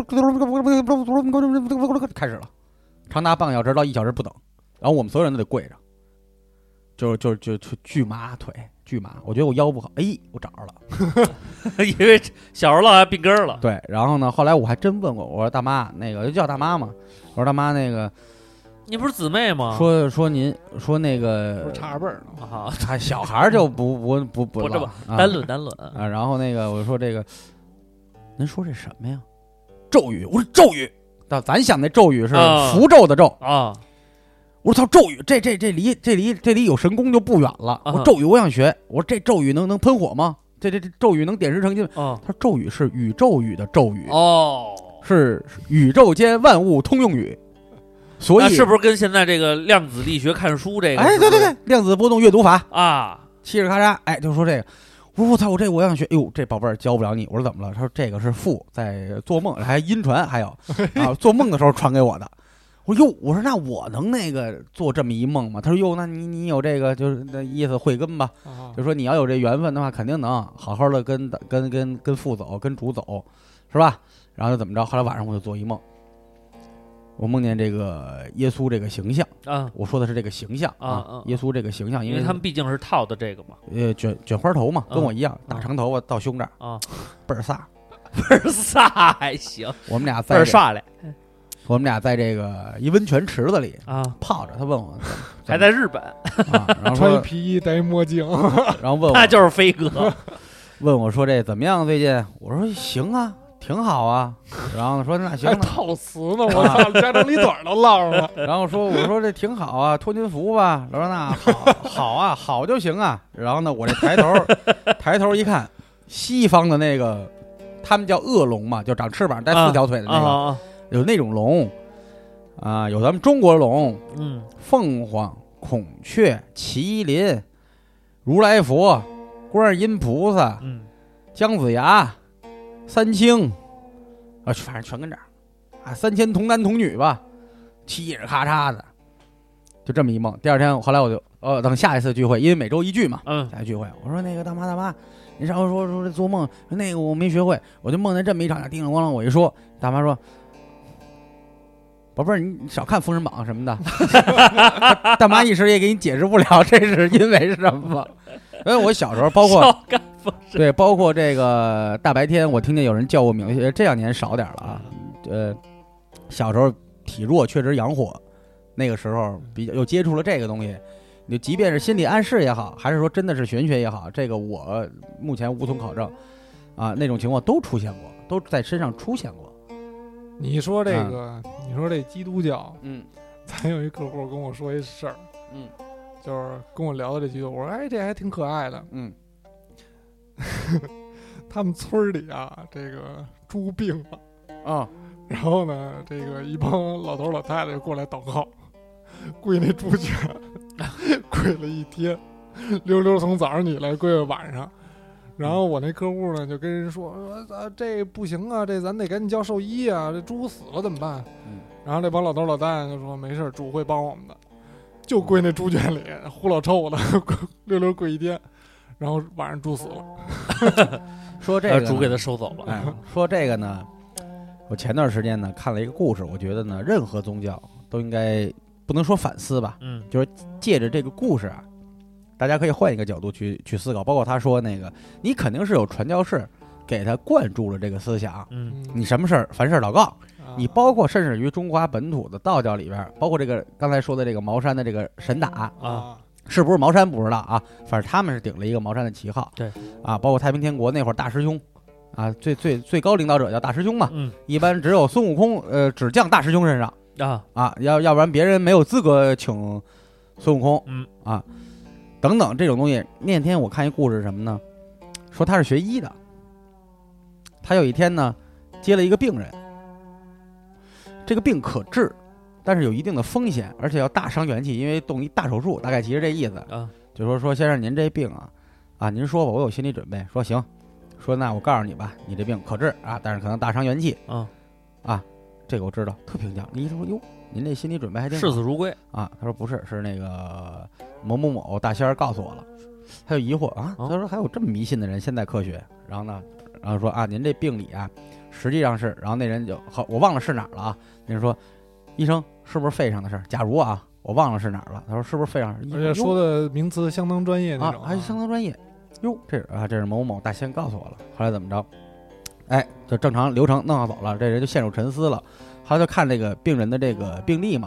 始了，长达半个小时到一小时不等，然后我们所有人都得跪着，就就就就巨麻腿，巨麻。我觉得我腰不好，哎，我找着了， 因为小时候还病根了。 对，然后呢，后来我还真问过，我说大妈，那个就叫大妈嘛，我说大妈那个。 你不是姊妹吗？ 说说您说那个不是差辈儿呢啊， 他小孩就不不不不这了啊单论单论啊。然后那个我说这个，您说这什么呀？咒语，我说咒语，但咱想那咒语是符咒的咒啊。 我说操，咒语，这这这离这离这离有神功就不远了。我说咒语我想学，我说这咒语能能喷火吗？这这这咒语能点石成金？ 哦， 他说咒语是宇宙语的咒语哦， 是宇宙间万物通用语。所以是不是跟现在这个量子力学看书这个？ 哎，对对对，量子波动阅读法啊， 嘁哩咔嚓，哎，就说这个。我说我操，我这我想学。哎呦，这宝贝儿教不了你。我说怎么了？他说这个是父在做梦，还阴传，还有啊，做梦的时候传给我的。我说哟，我说那我能那个做这么一梦吗？他说哟，那你你有这个就是那意思慧根吧？ 啊、 就说你要有这缘分的话，肯定能好好的跟跟跟跟父走，跟主走，是吧？然后就怎么着？后来晚上我就做一梦。我梦见这个耶稣这个形象啊， 我说的是这个形象啊，啊耶稣这个形象，因为他们毕竟是套的这个嘛， 呃，卷卷花头嘛，跟我一样， 啊、 大长头发到胸这儿啊， 倍儿飒， 倍儿飒还行， 我们俩在倍儿帅嘞， 我们俩在这个一温泉池子里啊泡着，他问我还在日本， 啊、然后穿一皮衣戴一墨镜， 然后问我那就是飞哥， 问我说这怎么样最近？我说行啊。挺好啊，然后说那行， 还套词呢，我操，家长里短都唠上了。 然后说我说这挺好啊，托您福吧。然后说那好好啊，好就行啊。然后呢，我这抬头抬头一看，西方的那个他们叫恶龙嘛，就长翅膀带四条腿的那个， 啊啊、 有那种龙啊，有咱们中国龙， 嗯， 凤凰、孔雀、麒麟、如来佛、观音菩萨、 嗯， 姜子牙。三清，啊，反正全跟这儿，啊，三千童男童女吧，嘁哩咔嚓的，就这么一梦。第二天，后来我就，呃，等下一次聚会，因为每周一聚嘛， 嗯， 下一聚会，我说那个大妈大妈，你上回说说这做梦，那个我没学会，我就梦见这么一场，叮铃咣啷，我一说，大妈说，宝贝儿，你少看《封神榜》什么的，大妈一时也给你解释不了，这是因为什么。因为我小时候，包括对，包括这个大白天，我听见有人叫我名字，这两年少点了啊。呃，小时候体弱，确实阳火，那个时候比较又接触了这个东西，你即便是心理暗示也好，还是说真的是玄学也好，这个我目前无从考证啊。那种情况都出现过，都在身上出现过。 你说这个，啊、你说这基督教， 嗯， 咱有一客户跟我说一事儿， 嗯。 就是跟我聊的这几个，我说哎，这还挺可爱的。 嗯， 他们村里啊，这个猪病了啊、哦， 然后呢，这个一帮老头老太太就过来祷告，跪那猪前，跪了一天，溜溜从早上起来跪到晚上。然后我那客户呢就跟人说说、啊、这不行啊，这咱得赶紧叫兽医啊，这猪死了怎么办？ 嗯， 然后这帮老头老太太就说没事，主会帮我们的。就跪那猪圈里呼老臭的溜溜跪一天，然后晚上猪死了。 说这个猪给他收走了、 哎。说这个呢，我前段时间呢看了一个故事，我觉得呢，任何宗教都应该不能说反思吧， 嗯， 就是借着这个故事啊，大家可以换一个角度去去思考。包括他说那个，你肯定是有传教士给他灌注了这个思想， 嗯， 你什么事儿凡事祷告。你包括甚至于中华本土的道教里边，包括这个刚才说的这个茅山的这个神打啊， 是不是茅山不知道啊？反正他们是顶了一个茅山的旗号。 对， 啊，包括太平天国那会儿大师兄，啊，最最最高领导者叫大师兄嘛。 嗯，一般只有孙悟空，呃，只降大师兄身上啊啊，要要不然别人没有资格请孙悟空。 嗯啊，等等这种东西。那天我看一故事是什么呢？说他是学医的，他有一天呢接了一个病人。这个病可治，但是有一定的风险，而且要大伤元气，因为动一大手术，大概其实这意思啊。 就说说先生您这病啊，啊您说吧，我有心理准备。说行，说那我告诉你吧，你这病可治啊，但是可能大伤元气啊啊，这个我知道，特平静。医生说哟，您这心理准备还挺好， 视死如归啊。他说不是，是那个某某某大仙儿告诉我了。他就疑惑啊，他说还有这么迷信的人，现代科学。然后呢，然后说啊，您这病理啊。实际上是，然后那人就好，我忘了是哪儿了啊。那人说，医生是不是肺上的事儿？假如啊，我忘了是哪儿了。他说是不是肺上？ 而且说的名词相当专业那种、 啊，还相当专业。哟，这啊，这是某某大仙告诉我了。后来怎么着？哎，就正常流程弄好走了，这人就陷入沉思了。他就看这个病人的这个病历嘛，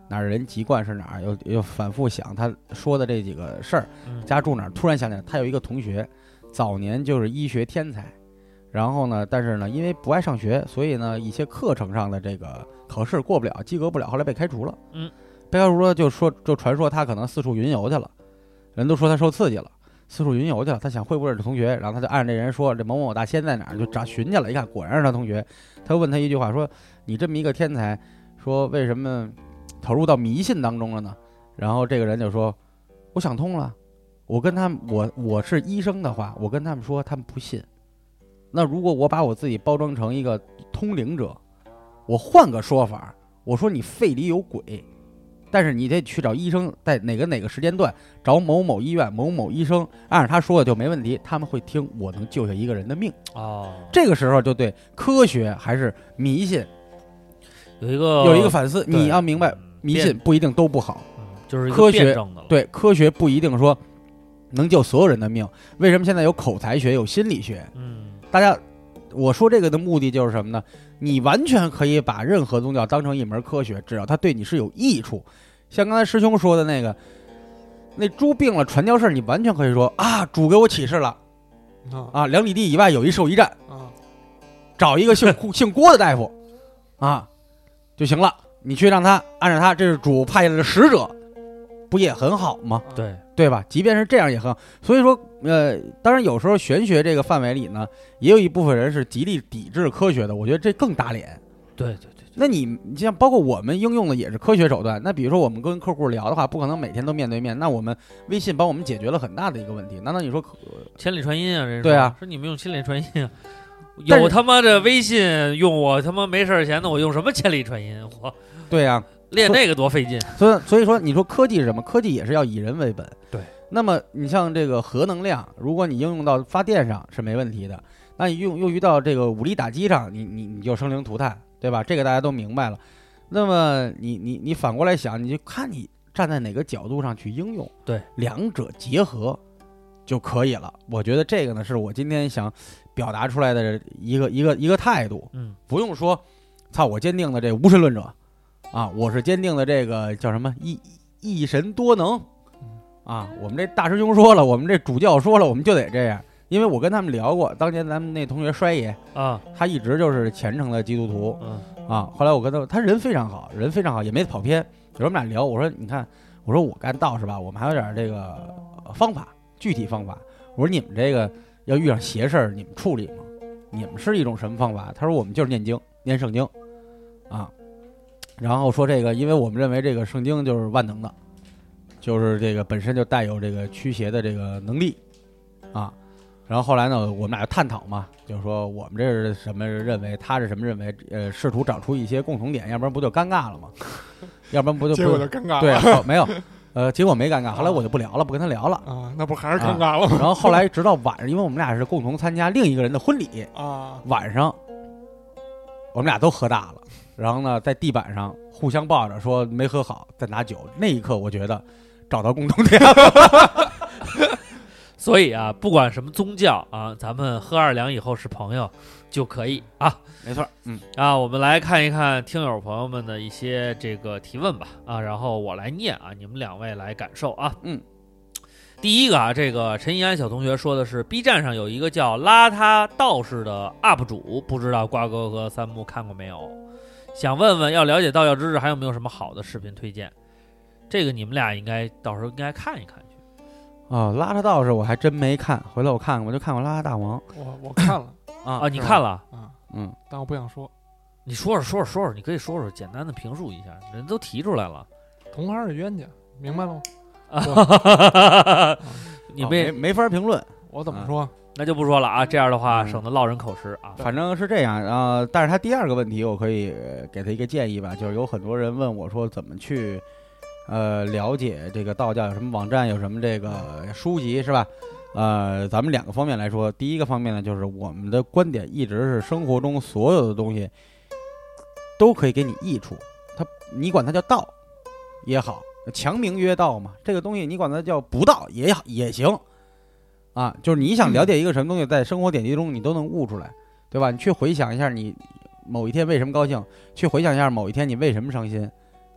哪儿人籍贯是哪儿，又又反复想他说的这几个事儿，家住哪儿，突然想起来他有一个同学，早年就是医学天才，然后呢，但是呢，因为不爱上学，所以呢，一些课程上的这个考试过不了，及格不了，后来被开除了。 嗯， 被开除了，就说就传说他可能四处云游去了，人都说他受刺激了，四处云游去了。他想会不会是同学，然后他就按这人说这某某大仙在哪儿，就找寻去了。一看果然是他同学，他问他一句话说：“你这么一个天才，说为什么投入到迷信当中了呢？”然后这个人就说：“我想通了，我跟他们，我我是医生的话，我跟他们说，他们不信。那如果我把我自己包装成一个通灵者，我换个说法，我说你肺里有鬼，但是你得去找医生，在哪个哪个时间段找某某医院某某医生，按照他说的就没问题，他们会听，我能救下一个人的命。 哦， 这个时候就对科学还是迷信有一个有一个反思。你要明白，迷信不一定都不好， 就是科学的对科学不一定说能救所有人的命。为什么现在有口才学，有心理学？ 嗯，大家，我说这个的目的就是什么呢？你完全可以把任何宗教当成一门科学，只要它对你是有益处。像刚才师兄说的那个，那猪病了传教士，你完全可以说啊，主给我启示了，啊，两里地以外有一兽医站，找一个姓姓郭的大夫，啊，就行了。你去让他按照他，这是主派来的使者，不也很好吗？ 对对吧？即便是这样也很好。所以说，呃，当然有时候玄学这个范围里呢，也有一部分人是极力抵制科学的，我觉得这更打脸。 对对对。 那你你像包括我们应用的也是科学手段。那比如说我们跟客户聊的话，不可能每天都面对面，那我们微信帮我们解决了很大的一个问题。难道你说千里传音啊？这对啊， 说你们用千里传音啊？有他妈的微信用，我他妈没事闲的，我用什么千里传音？我对呀、啊， 练那个多费劲。 所以所以说，你说科技是什么？科技也是要以人为本。 对。 那么你像这个核能量，如果你应用到发电上是没问题的，那你用用于到这个武力打击上，你你你就生灵涂炭，对吧？这个大家都明白了。那么你你你反过来想，你就看你站在哪个角度上去应用， 对， 两者结合就可以了。我觉得这个呢，是我今天想表达出来的一个一个一个态度。 嗯， 不用说，操，我坚定的这无神论者啊，我是坚定的这个叫什么一一神多能啊。我们这大师兄说了，我们这主教说了，我们就得这样。因为我跟他们聊过，当年咱们那同学衰爷啊， 他一直就是虔诚的基督徒， 嗯啊，后来我跟他，他人非常好，人非常好，也没跑偏。有时候我们俩聊，我说你看，我说我干道士吧，我们还有点这个方法，具体方法。我说你们这个要遇上邪事儿，你们处理吗？你们是一种什么方法？他说我们就是念经，念圣经，啊，然后说这个，因为我们认为这个圣经就是万能的，就是这个本身就带有这个驱邪的这个能力，啊。然后后来呢，我们俩探讨嘛，就是说我们这是什么认为，他是什么认为，呃，试图找出一些共同点，要不然不就尴尬了吗？要不然不就结果就尴尬了。 对、哦，没有，呃，结果没尴尬。后来我就不聊了，不跟他聊了啊，那不还是尴尬了吗？ 啊、然后后来直到晚上，因为我们俩是共同参加另一个人的婚礼啊， 晚上我们俩都喝大了，然后呢，在地板上互相抱着说没喝好，再拿酒。那一刻，我觉得找到共同点了。 所以啊，不管什么宗教啊，咱们喝二两以后是朋友就可以啊。 没错，嗯啊，我们来看一看听友朋友们的一些这个提问吧啊，然后我来念啊，你们两位来感受啊。 嗯， 第一个啊，这个陈怡安小同学说的是 B 站上有一个叫邋遢道士的 U P 主，不知道瓜哥和三木看过没有？想问问要了解道教知识还有没有什么好的视频推荐？这个你们俩应该到时候应该看一看。 哦，邋遢道士我还真没看，回来我看看，我就看过邋遢大王。 我我看了啊啊，你看了啊？ 嗯， 但我不想说。 你说说说说说说，你可以说说，简单的评述一下，人都提出来了。 同行的冤家，明白了吗？ 啊、你没、 哦、没没法评论， 我怎么说？ 啊、那就不说了啊，这样的话、嗯、省得落人口实啊。 反正是这样啊、呃，但是他第二个问题，我可以给他一个建议吧，就是有很多人问我说怎么去。呃，了解这个道教有什么网站，有什么这个书籍是吧？呃，咱们两个方面来说，第一个方面呢，就是我们的观点一直是生活中所有的东西都可以给你益处，它你管它叫道也好，强名曰道嘛，这个东西你管它叫不道也也行啊，就是你想了解一个什么东西，在生活点滴中你都能悟出来，对吧？你去回想一下你某一天为什么高兴，去回想一下某一天你为什么伤心。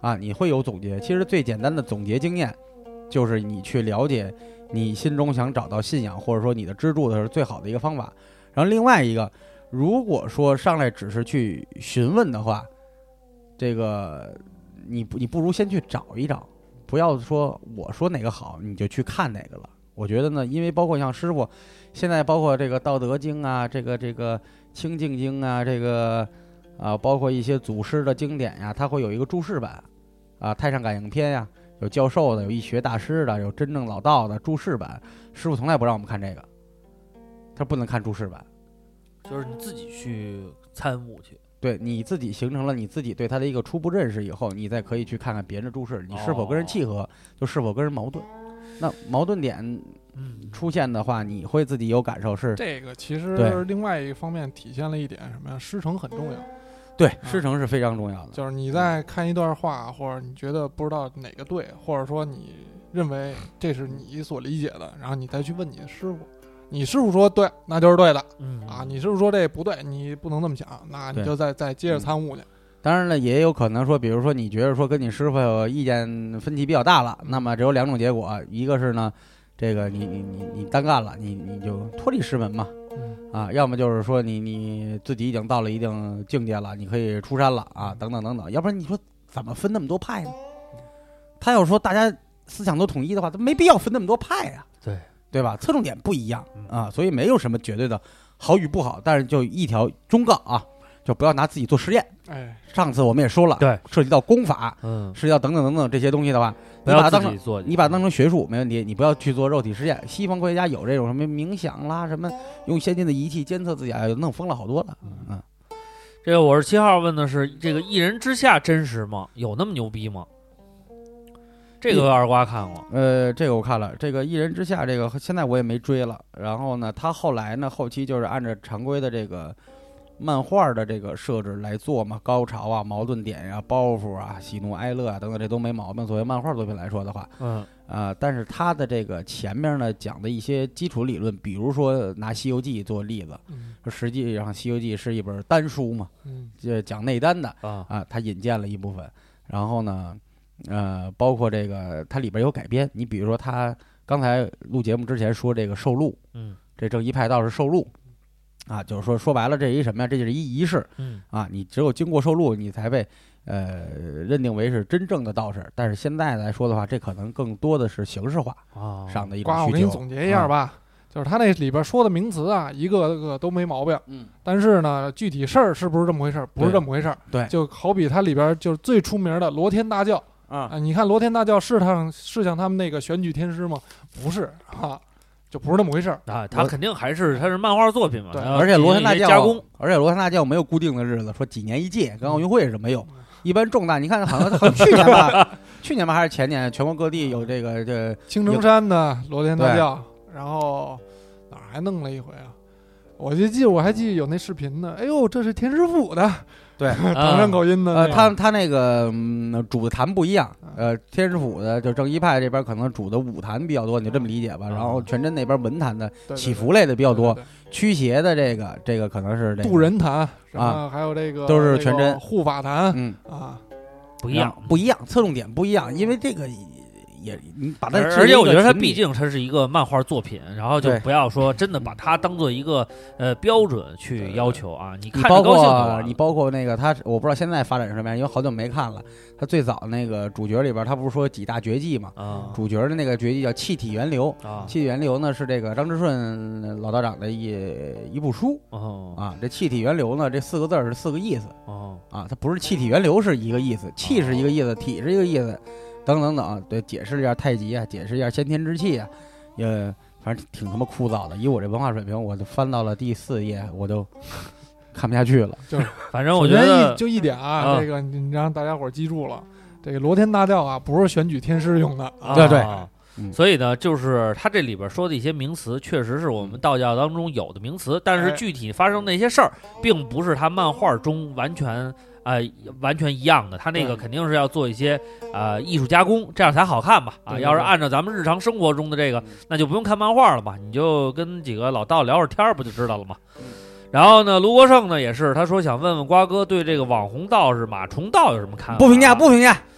啊，你会有总结。其实最简单的总结经验，就是你去了解你心中想找到信仰或者说你的支柱的是最好的一个方法。然后另外一个，如果说上来只是去询问的话，这个你你不如先去找一找，不要说我说哪个好你就去看哪个了。我觉得呢，因为包括像师傅，现在包括这个《道德经》啊，这个这个《清净经》啊，这个啊，包括一些祖师的经典呀，它会有一个注释版啊，《太上感应篇》呀，有教授的，有易学大师的，有真正老道的注释版。师傅从来不让我们看这个，他不能看注释版， 就是你自己去参悟去。 对，你自己形成了你自己对他的一个初步认识以后，你再可以去看看别人的注释，你是否跟人契合，哦、就是否跟人矛盾。那矛盾点出现的话，你会自己有感受是这个。其实另外一个方面体现了一点什么呀？师承很重要。 对，师承是非常重要的。 就是你在看一段话，或者你觉得不知道哪个对，或者说你认为这是你所理解的，然后你再去问你的师傅，你师傅说对，那就是对的。嗯啊，你师傅说这不对，你不能这么想，那你就再再接着参悟去。 当然了，也有可能说，比如说你觉得说跟你师傅有意见分歧比较大了，那么只有两种结果，一个是呢，这个你你你你单干了，你你就脱离师门嘛，啊，要么就是说你你自己已经到了一定境界了，你可以出山了啊，等等等等，要不然你说怎么分那么多派呢？他要说大家思想都统一的话，他没必要分那么多派呀、啊， 对对吧？侧重点不一样啊，所以没有什么绝对的好与不好，但是就一条忠告啊。就不要拿自己做实验。 哎， 上次我们也说了， 对， 涉及到功法， 嗯， 涉及到等等等等这些东西的话， 不要自己做， 你把它当成学术没问题，你不要去做肉体实验。西方科学家有这种什么冥想啦，什么用先进的仪器监测自己，哎，弄疯了好多了。嗯， 这个我是七号问的是这个一人之下真实吗？有那么牛逼吗？这个二瓜看过， 呃，这个我看了，这个一人之下这个现在我也没追了。然后呢，他后来呢，后期就是按照常规的这个漫画的这个设置来做嘛，高潮啊、矛盾点呀、啊、包袱啊、喜怒哀乐啊等等，这都没毛病。作为漫画作品来说的话， 嗯啊、呃，但是他的这个前面呢讲的一些基础理论，比如说拿《西游记》做例子， 嗯， 实际上《西游记》是一本单书嘛， 嗯， 就讲内丹的啊啊，他引荐了一部分，然后呢，呃，包括这个它里边有改编，你比如说他刚才录节目之前说这个受禄， 嗯， 这正一派道是受禄。啊，就是说说白了，这一什么呀？这就是一仪式， 嗯啊，你只有经过受禄，你才被呃认定为是真正的道士。但是现在来说的话，这可能更多的是形式化啊上的一种需求。 我给你总结一下吧，啊、就是他那里边说的名词啊，一个个都没毛病， 嗯， 但是呢，具体事儿是不是这么回事？不是这么回事。 对， 就好比它里边就是最出名的罗天大教啊、 呃，你看罗天大教是他是像他们那个选举天师吗？不是啊。就不是那么回事啊，他肯定还是他是漫画作品嘛， 对，而且罗天大教加工， 而且罗天大教没有固定的日子，说几年一届，跟奥运会是没有。一般重大，你看好像好像去年吧，去年吧还是前年，全国各地有这个这青城山的罗天大教，然后哪儿还弄了一回啊？我就记得我还记得有那视频呢，哎呦，这是田师傅的。 对， 唐山口音的， 呃，他他那个嗯主的坛不一样，呃，天师府的就正一派这边可能主的武坛比较多，你就这么理解吧。然后全真那边文坛的起伏类的比较多，驱邪的这个这个可能是这个渡人坛啊， 还有这个都是全真护法坛， 嗯啊， 不一样， 不一样，侧重点不一样，因为这个。也你把它， 而且我觉得它毕竟它是一个漫画作品，然后就不要说真的把它当做一个呃标准去要求啊。你看着高兴就完了。 你包括那个他，我不知道现在发展什么样，因为好久没看了。他最早那个主角里边，他不是说几大绝技嘛？ 啊， 主角的那个绝技叫气体源流啊。 气体源流呢是这个张之顺老道长的一一部书哦啊。这气体源流呢，这四个字是四个意思哦啊。它不是气体源流是一个意思，气是一个意思，体是一个意思。等等等，对，解释一下太极啊，解释一下先天之气啊，也反正挺他妈枯燥的。以我这文化水平，我就翻到了第四页，我就看不下去了。 就是， 反正我觉得就一点啊，这个你让大家伙记住了，这个罗天大教啊，不是选举天师用的。 啊、 对对。 嗯、所以呢，就是他这里边说的一些名词，确实是我们道教当中有的名词，但是具体发生那些事儿，并不是他漫画中完全。呃，完全一样的，他那个肯定是要做一些呃艺术加工，这样才好看吧？啊，要是按照咱们日常生活中的这个，那就不用看漫画了吧？你就跟几个老道聊会儿天不就知道了吗？然后呢，卢国胜呢也是，他说想问问瓜哥对这个网红道士马崇道有什么看法？ 不评价，不评价。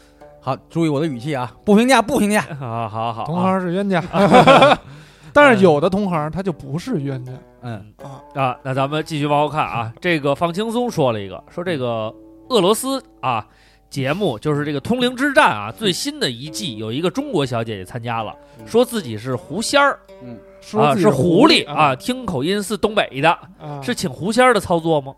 好，注意我的语气啊，不评价，不评价。 好好好， 同行是冤家，但是有的同行他就不是冤家。 嗯啊啊，那咱们继续往后看啊，这个放轻松说了一个，说这个俄罗斯啊节目就是这个通灵之战啊最新的一季有一个中国小姐姐参加了，说自己是狐仙儿， 嗯， 啊是狐狸啊， 啊，听口音是东北的， 啊是请狐仙儿的操作吗？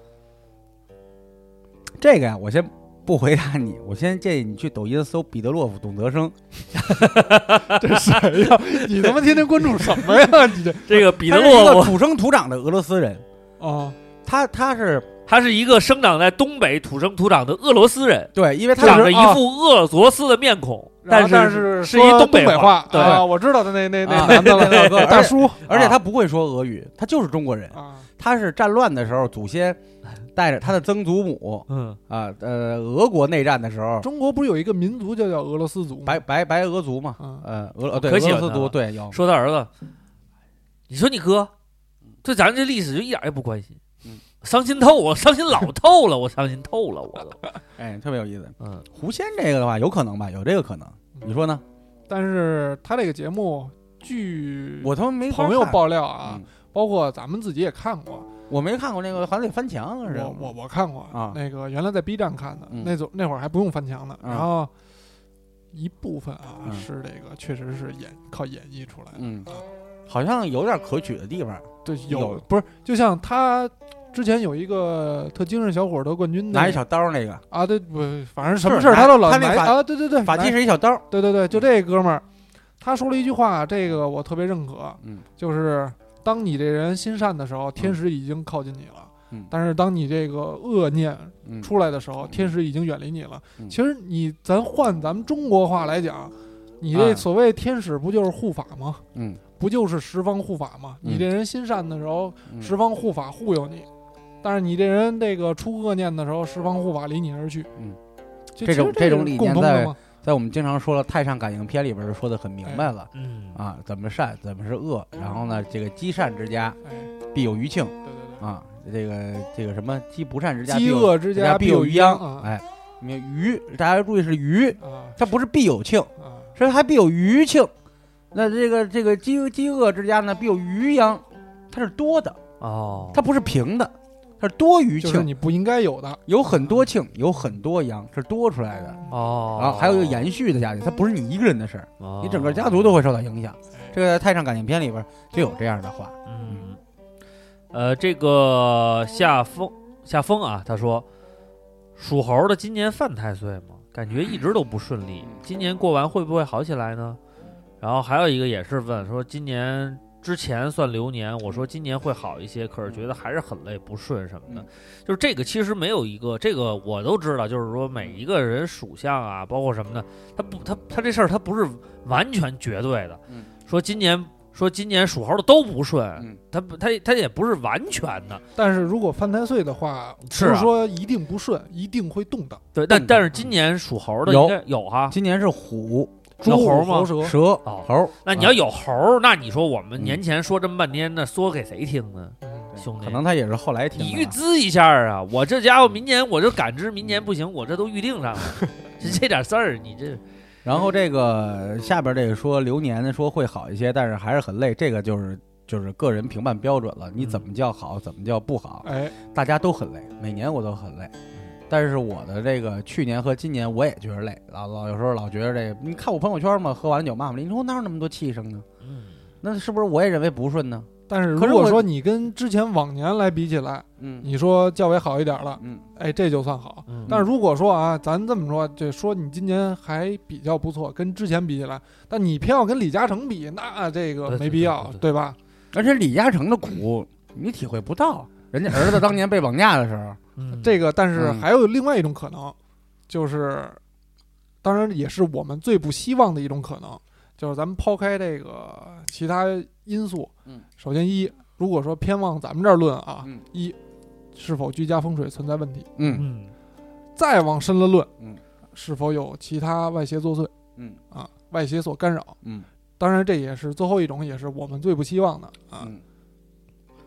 这个呀，我先不回答你，我先建议你去抖音搜彼得洛夫、董德生。 这谁呀？你他妈天天关注什么呀？你这这个彼得他是一个洛夫， 土生土长的俄罗斯人， 啊， 他他是他是一个生长在东北土生土长的俄罗斯人， 对，因为他是长着一副俄罗斯的面孔， 然后但是是是一说北北话。 对， 啊，我知道的那那那啊男的了， 那个大叔， 而且他不会说俄语，他就是中国人。 啊， 他是战乱的时候，祖先带着他的曾祖母嗯啊，呃，俄国内战的时候， 中国不是有一个民族就叫俄罗斯族吗？ 白白白俄族嘛， 嗯呃，俄呃对俄可喜欢罗斯族他了对有。 说他儿子，你说你哥对咱这历史就一点也不关心， 嗯伤心透，我伤心老透了，我伤心透了，我都， 哎，特别有意思。 嗯狐仙这个的话，有可能吧，有这个可能，你说呢？ 但是他这个节目，据我他妈没法朋友看爆料啊， 嗯包括咱们自己也看过， 我没看过那个，好像得翻墙是吧？ 我我我看过啊那个原来在 B 站看的， 嗯那种那会儿还不用翻墙呢。 嗯然后一部分啊嗯是这个确实是演靠演绎出来的， 嗯啊， 好像有点可取的地方， 对， 有有不是就像他之前有一个特精神小伙得冠军的拿一小刀那个啊，对不，反正什么是事儿他都老他那法拿啊，对对对， 法器拿是一小刀， 对对对，就这哥们儿，他说了一句话，这个我特别认可， 嗯就是当你这人心善的时候，天使已经靠近你了。 嗯但是当你这个恶念嗯出来的时候，天使已经远离你了。 嗯其实你咱换咱们中国话来讲，你这啊所谓天使不就是护法吗？ 嗯不就是十方护法吗？ 嗯你这人心善的时候， 嗯十方护法护佑你；但是你这人这个出恶念的时候，十方护法离你而去。 嗯， 就这种其实是这种理念在共通的吗？ 在我们经常说了《太上感应篇》里边就说的很明白了。 嗯啊，怎么善，怎么是恶，然后呢，这个积善之家哎， 必有余庆对对对， 啊，这个这个什么积不善之家， 饥恶之家必余必有殃啊哎，你看余，大家注意是余， 啊它不是必有庆， 啊， 是还必有余庆。那这个这个饥饥饿之家呢，必有余殃，它是多的， 哦， 它不是平的，它是多余就是庆， 你不应该有的。 有很多庆，有很多殃，是多出来的。 哦， 啊，还有一个延续的家庭，它不是你一个人的事儿， 哦， 你整个家族都会受到影响。这个在《太上感应篇》里边就有这样的话。 嗯，呃，这个夏风夏风啊，他说属猴的今年犯太岁吗？感觉一直都不顺利，今年过完会不会好起来呢？然后还有一个也是问说，今年之前算流年，我说今年会好一些，可是觉得还是很累不顺什么的。 嗯就是这个其实没有一个，这个我都知道，就是说每一个人属相啊，包括什么的，他不他他这事儿他不是完全绝对的。 嗯， 说今年说今年属猴的都不顺， 嗯他不他他也不是完全的。 但是如果犯太岁的话， 是啊不是说一定不顺，一定会动荡。 对，但动荡但是今年属猴的有应该有哈。 今年是虎、 有猪猴吗蛇， 蛇、 哦猴， 那你要有猴，那你说我们嗯年前说这么半天，那说给谁听呢？ 嗯兄弟可能他也是后来听的啊。 你预知一下啊！我这家伙明年我就感知明年不行，我这都预定上了，这这点事儿你这然后这个下边这个说流年说会好一些，但是还是很累，这个就是就是个人评判标准了。你怎么叫好，怎么叫不好？ 哎， 大家都很累，每年我都很累。但是我的这个去年和今年我也觉得累，老老有时候老觉得这个，你看我朋友圈嘛，喝完了酒骂骂咧，你说我哪有那么多气声呢？ 嗯那是不是我也认为不顺呢？ 但是可是我如果说你跟之前往年来比起来， 嗯你说较为好一点了， 嗯哎，这就算好。 嗯但是如果说啊，咱这么说，就说你今年还比较不错，跟之前比起来，但你偏要跟李嘉诚比，那这个对没必要， 对对对对吧？ 而且李嘉诚的苦你体会不到，人家儿子当年被绑架的时候， 嗯这个，但是嗯还有另外一种可能，就是，当然也是我们最不希望的一种可能，就是咱们抛开这个其他因素， 嗯， 首先一，如果说偏往咱们这儿论啊， 嗯一，是否居家风水存在问题？ 嗯嗯再往深了论， 嗯， 是否有其他外邪作祟？ 嗯啊，外邪所干扰。 嗯当然，这也是最后一种，也是我们最不希望的啊。 嗯。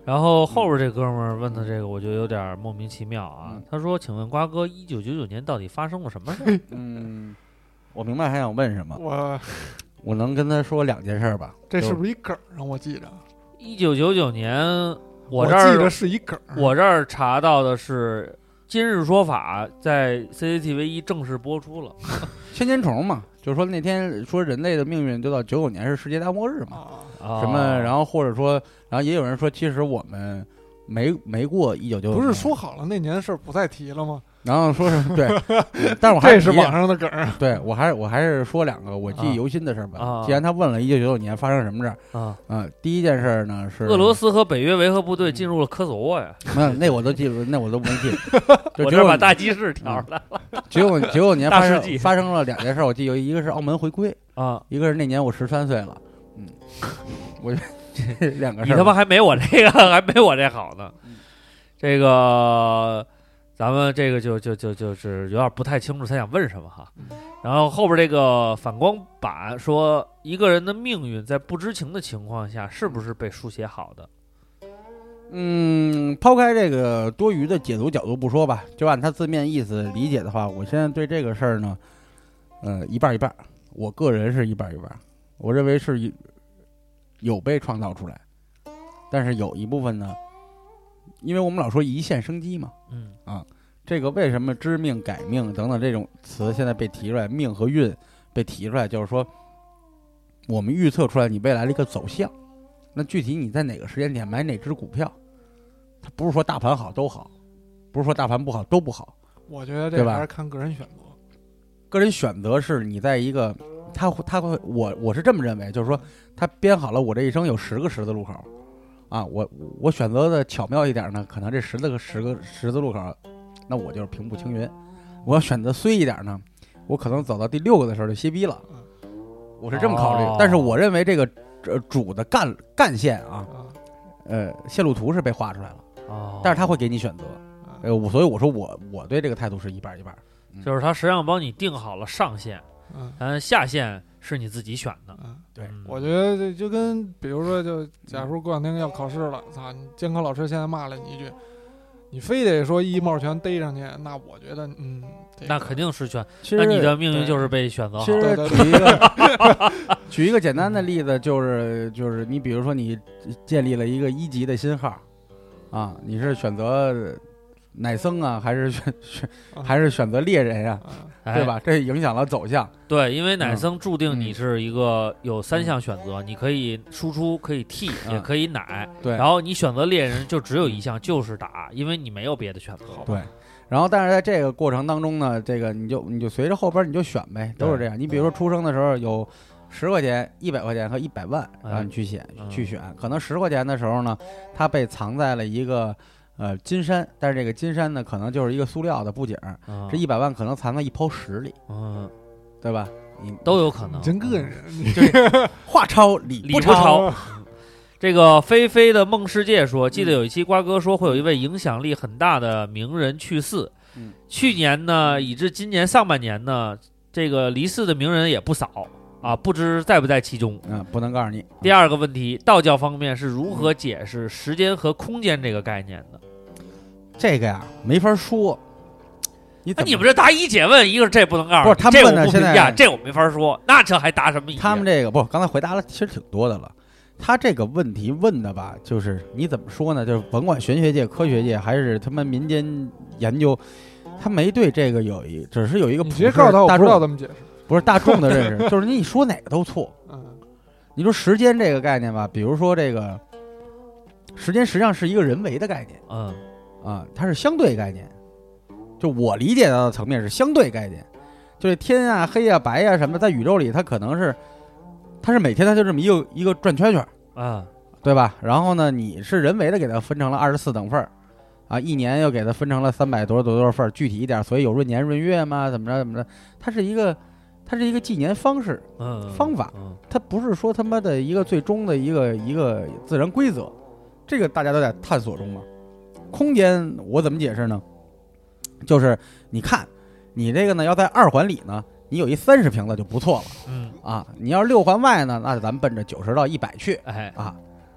然后后边这哥们儿问的这个，我就有点莫名其妙啊。 嗯、 他说：“请问瓜哥，一九九九年到底发生了什么事？” 嗯，我明白还想问什么。 我我能跟他说两件事吧？ 这是不是一梗让我记着？ 一九九九年， 我这儿记着是一梗。 我这儿查到的是《今日说法》在 C C T V 一正式播出了。 千年虫嘛，就是说那天说人类的命运就到九九年是世界大末日嘛。 啊、 什么？然后或者说，然后也有人说，其实我们没没过一九九九， 不是说好了那年事不再提了吗？ 然后说是对，但是我还这是网上的梗。 对我还是我还是说两个我记忆犹新的事儿吧。 啊、 既然他问了一九九九年发生什么事儿啊， 嗯，第一件事呢是俄罗斯和北约维和部队进入了科索沃呀。 没有，那我都记住，那我都没记。 我这把大记事挑出来了。 九九九九年发生大发生了两件事，我记得有一个是澳门回归啊， 一个是那年我十三岁了。嗯，我这两个事你他妈还没我这个还没我这好呢。这个咱们这个就就就就是有点不太清楚他想问什么哈。然后后边这个反光板说，一个人的命运在不知情的情况下是不是被书写好的？ 嗯，抛开这个多余的解读角度不说吧，就按他字面意思理解的话，我现在对这个事儿呢，呃，一半一半。我个人是一半一半，我认为是有被创造出来，但是有一部分呢，因为我们老说一线生机嘛， 嗯啊，这个为什么知命改命等等这种词现在被提出来，命和运被提出来，就是说我们预测出来你未来的一个走向，那具体你在哪个时间点买哪只股票，它不是说大盘好都好，不是说大盘不好都不好。 我觉得这还是看个人选择。 个人选择是你在一个，他他会我我是这么认为，就是说他编好了我这一生有十个十字路口，啊，我我选择的巧妙一点呢，可能这十个十个十字路口，那我就是平步青云；我选择衰一点呢，我可能走到第六个的时候就歇逼了。我是这么考虑， 哦、 但是我认为这个呃主的干干线啊，呃线路图是被画出来了， 哦、 但是他会给你选择，呃，我所以我说我我对这个态度是一半一半。 就是他实际上帮你定好了上限，嗯，下限是你自己选的。 嗯， 对， 我觉得这就跟比如说，就假如过两天要考试了，操，你监考老师现在骂了你一句，你非得说一帽全逮上去，那我觉得，嗯，这个、 那肯定是选。那你的命运就是被选择好。 其实举一个举一个简单的例子，就是就是你比如说你建立了一个一级的新号，啊，你是选择乃僧啊，还是选选还是选择猎人呀、啊，对吧？这影响了走向。 对，因为乃僧注定你是一个有三项选择，嗯、你可以输出，可以替，嗯、也可以奶。 对， 然后你选择猎人就只有一项，就是打，因为你没有别的选择。 对。然后，但是在这个过程当中呢，这个你就你就随着后边你就选呗，都是这样。你比如说出生的时候有十块钱、一百块钱和一百万，让你去选、嗯、去选。可能十块钱的时候呢，它被藏在了一个。呃，金山，但是这个金山呢，可能就是一个塑料的布景， 嗯、 这一百万可能藏在一泡屎里， 嗯， 对吧？你都有可能。 真个人， 对，话糙理理不糙。 嗯、这个菲菲的梦世界说，记得有一期瓜哥说会有一位影响力很大的名人去世， 嗯、 去年呢，以至今年上半年呢，这个离世的名人也不少。啊，不知在不在其中？ 嗯，不能告诉你。 第二个问题，道教方面是如何解释时间和空间这个概念的？ 这个呀，没法说。你那你们这答疑解问，一个是这不能告诉你， 不是他们问的现在这我没法说，那这还答什么疑？ 他们这个不，刚才回答了其实挺多的了。他这个问题问的吧，就是你怎么说呢？就是甭管玄学界、科学界还是他们民间研究，他没对这个有一，只是有一个普世大众。 你直接告诉他，我不知道怎么解释。 不是大众的认识，就是你说哪个都错。 嗯， 你说时间这个概念吧，比如说这个时间实际上是一个人为的概念， 嗯啊，它是相对概念。就我理解到的层面是相对概念，就是天啊、黑啊、白啊什么，在宇宙里它可能是，它是每天它就这么一个一个转圈圈， 啊， 对吧？然后呢，你是人为的给它分成了二十四等份儿，啊，一年又给它分成了三百多少多少多少份儿，具体一点，所以有闰年闰月嘛，怎么着怎么着，它是一个。它是一个纪年方式， 嗯， 方法， 嗯， 它不是说他妈的一个最终的一个一个自然规则，这个大家都在探索中嘛。空间我怎么解释呢？就是你看，你这个呢要在二环里呢，你有一三十平的就不错了， 嗯啊，你要是六环外呢，那咱们奔着九十到一百去， 哎啊，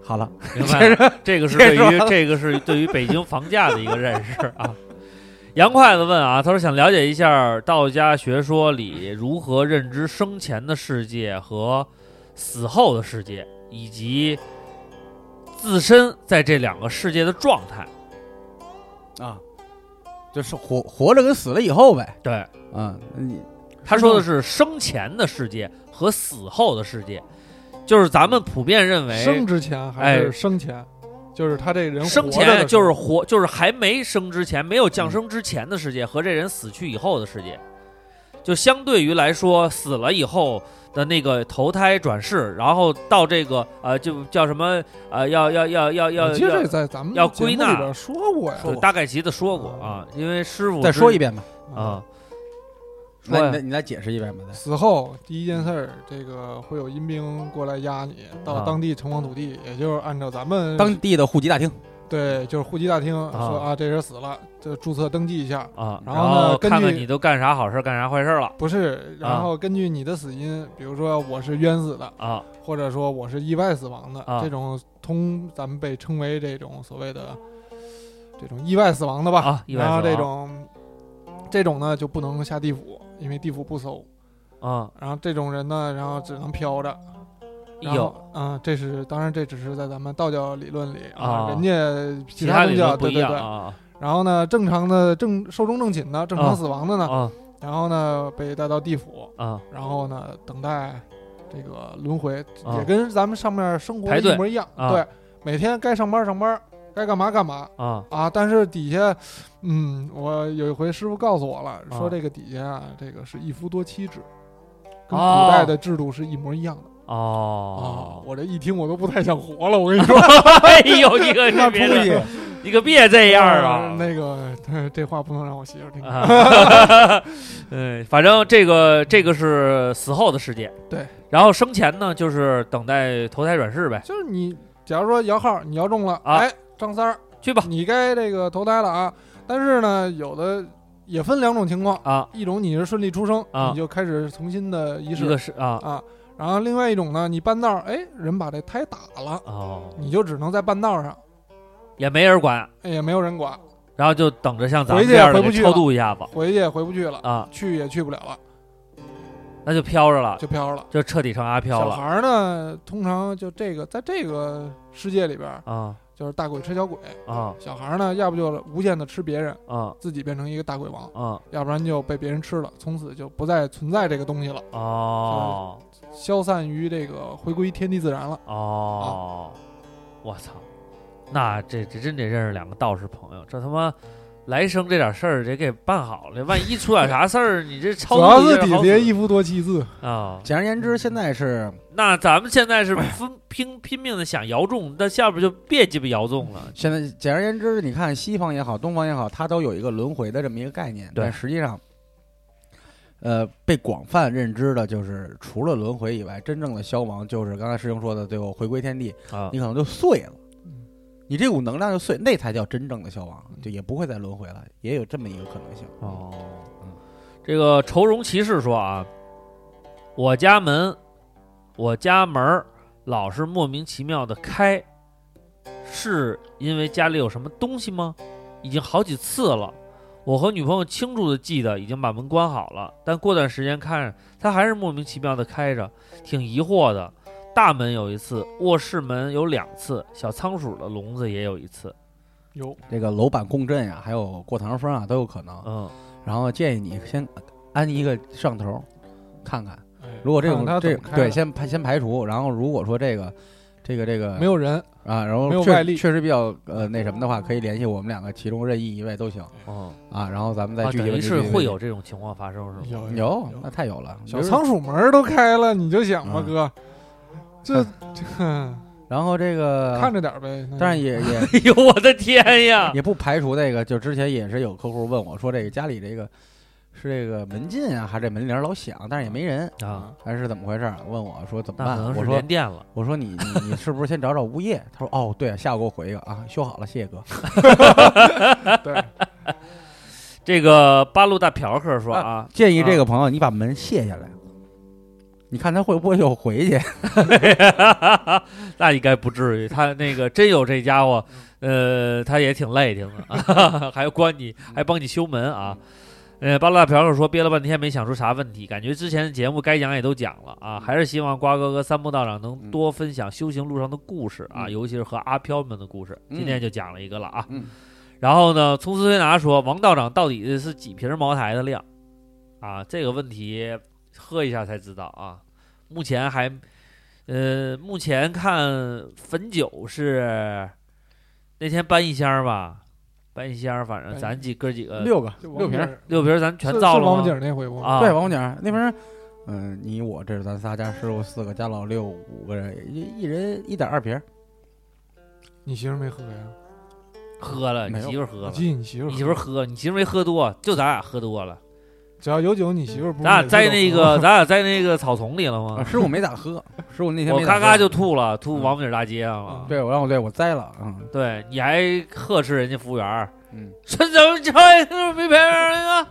好了， 明白了。这个是对于这个是对于北京房价的一个认识啊。杨筷子问啊，他说想了解一下道家学说里如何认知生前的世界和死后的世界，以及自身在这两个世界的状态啊，就是活活着跟死了以后呗。 对， 啊，你他说的是生前的世界和死后的世界，就是咱们普遍认为生之前还是生前。哎，就是他这人生前就是活，就是还没生之前，没有降生之前的世界和这人死去以后的世界，就相对于来说，死了以后的那个投胎转世，然后到这个呃，就叫什么呃，要要要要要， 其实这在咱们要归纳里边说过呀， 大概其的说过啊，因为师傅再说一遍吧啊。 那你你来解释一遍吧。 死后第一件事儿，这个会有阴兵过来压你，到当地城隍土地，也就是按照咱们当地的户籍大厅， 对，就是户籍大厅啊说啊，这人死了，就注册登记一下啊， 然后呢， 看看你都干啥好事，干啥坏事了。 不是，然后根据你的死因，比如说我是冤死的啊， 或者说我是意外死亡的， 啊、 这种通咱们被称为这种所谓的这种意外死亡的吧， 啊，意外死亡。 然后这种这种呢就不能下地府。因为地府不搜啊， 然后这种人呢，然后只能飘着。 有啊，这是当然，这只是在咱们道教理论里啊， 人家其他宗教不一样对对对。 啊、 然后呢，正常的正寿终正寝的正常死亡的呢， 啊、 然后呢被带到地府啊， 然后呢等待这个轮回， 啊、 也跟咱们上面生活的一模一样。 啊、 对，每天该上班上班。该干嘛干嘛啊啊！但是底下，嗯，我有一回师傅告诉我了，说这个底下啊，这个是一夫多妻制，跟古代的制度是一模一样的。 哦， 啊，我这一听我都不太想活了，我跟你说。 哎呦，你可那别的，你可别这样啊！ 那个，这话不能让我媳妇听。 嗯，反正这个这个是死后的世界， 对。 然后生前呢，就是等待投胎转世呗。 就是你，假如说摇号，你摇中了， 啊、 哎。张三儿， 去吧， 你该这个投胎了啊！但是呢，有的也分两种情况啊， 一种你是顺利出生， 啊、 你就开始重新的仪式， 一个是啊啊，然后另外一种呢，你半道哎人把这胎打了， 哦， 你就只能在半道上， 也没人管， 也没有人管， 然后就等着像咱们这样的超度一下子， 回去也回不去了啊， 去也去不了了。 那就飘着了， 就飘着了， 就彻底成阿飘了。 小孩呢，通常就这个，在这个世界里边啊， 就是大鬼吃小鬼啊。 小孩呢，要不就无限的吃别人啊， 自己变成一个大鬼王啊， 要不然就被别人吃了，从此就不再存在这个东西了哦， 消散于这个回归天地自然了哦。我、啊、操，那这这真得认识两个道士朋友，这他妈。来生这点事儿得给办好了，万一出点啥事儿，你这超主要是底下一夫多妻制啊。 简而言之，现在是那咱们现在是拼拼拼命的想摇中，但下边就别鸡巴摇中了。 现在简而言之，你看西方也好，东方也好，它都有一个轮回的这么一个概念，但实际上，呃，被广泛认知的就是除了轮回以外，真正的消亡就是刚才师兄说的最后回归天地啊， 你可能就碎了。你这股能量就碎，那才叫真正的消亡，就也不会再轮回了，也有这么一个可能性。 哦，嗯，这个愁容骑士说啊，我家门，我家门老是莫名其妙的开，是因为家里有什么东西吗？已经好几次了，我和女朋友清楚的记得已经把门关好了，但过段时间看它还是莫名其妙的开着，挺疑惑的。大门有一次，卧室门有两次，小仓鼠的笼子也有一次。 有这个楼板共振呀、啊，还有过堂风啊，都有可能。 嗯， 然后建议你先安一个摄像头，看看， 哎、 如果这种这对先排先排除，然后如果说这个这个这个没有人啊，然后没有外力， 确实比较呃那什么的话，可以联系我们两个其中任意一位都行。 嗯啊，然后咱们再具体、 啊、等于是会有这种情况发生是吗？ 有有， 有那太有了。 小仓鼠门都开了，你就想吧， 嗯、 哥。这这， 然后这个看着点呗， 但是也也， 哎呦我的天呀， 也不排除那个，就之前也是有客户问我说，这个家里这个是这个门禁啊，还是这门铃老响，但是也没人啊， 还是怎么回事？问我说怎么办？ 那可能是连电了。 我说你你你是不是先找找物业？他说哦，对啊，下午给我回一个啊，修好了，谢谢哥。 对， 这个八路大嫖客说啊， 啊建议这个朋友你把门卸下来。 你看他会不会又回去？ 那应该不至于，他那个真有这家伙，呃，他也挺累挺的，还要关你，还帮你修门啊。呃，巴拉瓢说憋了半天没想出啥问题，感觉之前的节目该讲也都讲了啊，还是希望瓜哥和三木道长能多分享修行路上的故事啊， 嗯、 尤其是和阿飘们的故事。今天就讲了一个了啊。 嗯、 然后呢，从斯推拿说王道长到底是几瓶茅台的量啊？这个问题喝一下才知道啊。目前还，呃，目前看汾酒是那天搬一箱吧。搬一箱，反正咱几哥几个六个六瓶六瓶，咱全造了吗？ 王府井那回不？ 啊，对，王府井那瓶，嗯，你我这是咱仨加师傅四个加老六五个人，一一人一点二瓶。 你媳妇没喝呀？ 喝了，你媳妇喝了。 记你媳妇， 你媳妇喝，你媳妇没喝多，就咱俩喝多了。 只要有酒，你媳妇不是。 咱俩在那个，咱俩在那个草丛里了吗？ 师傅没咋喝，师傅那天我嘎嘎就吐了，吐王府井大街上了。 对，我让我对我栽了，嗯， 对，你还呵斥人家服务员， 嗯， 说怎么这没赔人啊？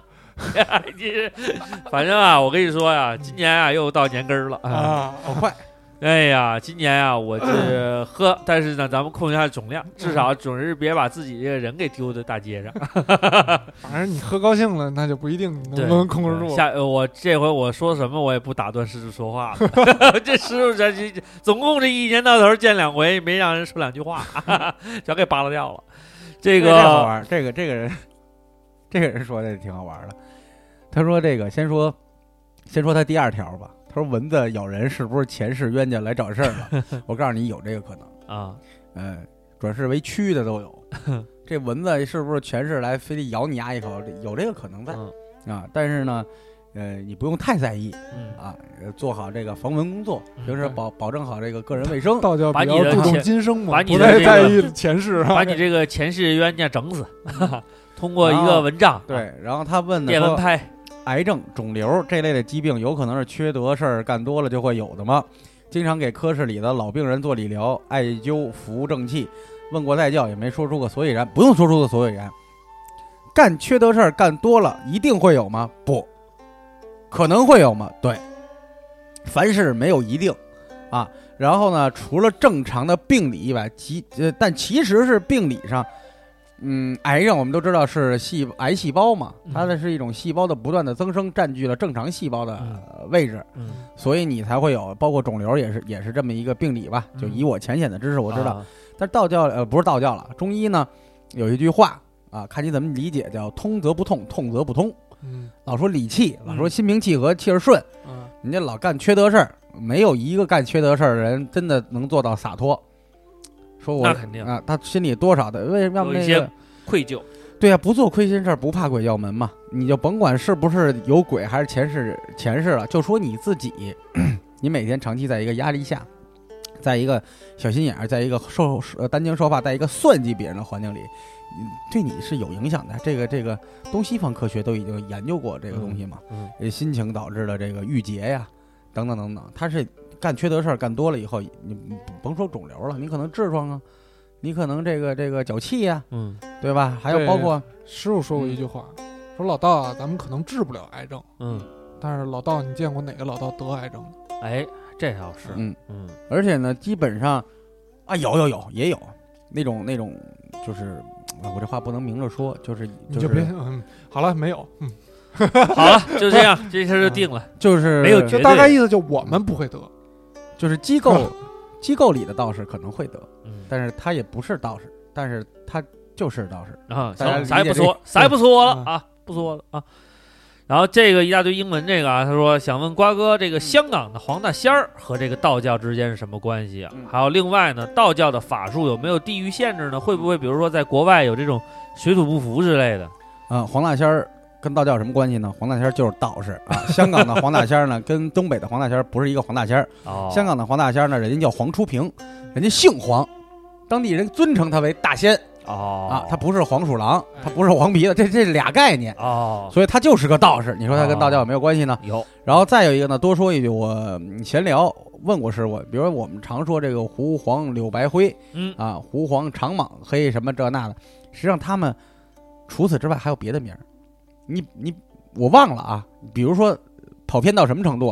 反正啊，我跟你说呀，今年啊又到年根儿了啊， 好快。 哎呀，今年啊，我这喝，但是呢，咱们控制一下总量，至少总是别把自己这个人给丢在大街上。 反正你喝高兴了，那就不一定能不能控制住。 下我这回我说什么，我也不打断师傅说话了。这师傅这总共这一年到头见两回，没让人说两句话，全给扒拉掉了。这个好玩，这个这个人，这个人说的挺好玩的。他说这个先说，先说他第二条吧。他说蚊子咬人是不是前世冤家来找事儿了？我告诉你，有这个可能啊， 嗯，转世为蛆的都有。这蚊子是不是前世来非得咬你牙一口？有这个可能在、嗯、啊，但是呢，呃，你不用太在意、嗯、啊，做好这个防蚊工作，平时保保证好这个个人卫生。 道教比较注重今生嘛， 把你的、这个、不太在意前世、啊， 把你这个前世冤家整死，通过一个蚊帐。 对，然后他问的电蚊拍。 癌症、肿瘤这类的疾病，有可能是缺德事儿干多了就会有的吗？经常给科室里的老病人做理疗、艾灸、扶正气，问过再教也没说出个所以然，不用说出个所以然。干缺德事儿干多了，一定会有吗？不，可能会有吗？对，凡事没有一定啊。然后呢，除了正常的病理以外，其呃，但其实是病理上。嗯，癌症我们都知道是细癌细胞嘛，它的是一种细胞的不断的增生，占据了正常细胞的位置， 嗯， 所以你才会有，包括肿瘤也是也是这么一个病理吧。就以我浅显的知识我知道， 啊、 但是道教呃不是道教了，中医呢有一句话啊，看你怎么理解，叫通则不痛，痛则不通。 嗯， 老说理气，老说心平气和，气儿顺，嗯，人家老干缺德事儿，没有一个干缺德事儿的人真的能做到洒脱。说我那肯定啊，他心里多少的为什么要那个有一些愧疚？ 对呀、啊，不做亏心事儿，不怕鬼叫门嘛。你就甭管是不是有鬼还是前世前世了，就说你自己，你每天长期在一个压力下，在一个小心眼儿，在一个受呃担惊受怕，在一个算计别人的环境里，对你是有影响的。这个这个东西方科学都已经研究过这个东西嘛， 嗯， 嗯心情导致的这个郁结呀，等等等等，它是。干缺德事儿干多了以后，你甭说肿瘤了，你可能痔疮啊，你可能这个这个脚气呀、啊， 嗯， 对吧？还有包括师傅说过一句话，嗯、说老道啊，咱们可能治不了癌症， 嗯， 但是老道，你见过哪个老道得癌症的？ 哎，这倒是， 嗯嗯， 而且呢，基本上啊，有有有也有那种那种，就是我这话不能明着说，就是、就是、 你就别嗯，好了，没有，嗯。 好了，就这样，这事就定了， 就是没有绝对， 就大概意思就我们不会得。 就是机构机构里的道士可能会得， 嗯， 但是他也不是道士，但是他就是道士啊。行，咱也不说，咱也不说了啊，不说了啊。然后这个一大堆英文，这个啊，他说想问瓜哥，这个香港的黄大仙儿和这个道教之间是什么关系啊？ 嗯、 还有另外呢，道教的法术有没有地域限制呢？会不会比如说在国外有这种水土不服之类的？ 啊，黄大仙儿。跟道教什么关系呢？黄大仙就是道士啊。香港的黄大仙呢，跟东北的黄大仙不是一个黄大仙。 哦， 香港的黄大仙呢，人家叫黄初平，人家姓黄，当地人尊称他为大仙。 哦， 啊，他不是黄鼠狼，他不是黄皮子，这这俩概念。 哦， 所以他就是个道士。你说他跟道教有没有关系呢？ 有。 然后再有一个呢，多说一句，我闲聊问过师傅，比如说我们常说这个狐黄柳白灰， 嗯啊，狐黄长蟒黑什么这那的，实际上他们除此之外还有别的名儿。你你我忘了啊，比如说跑偏到什么程度啊？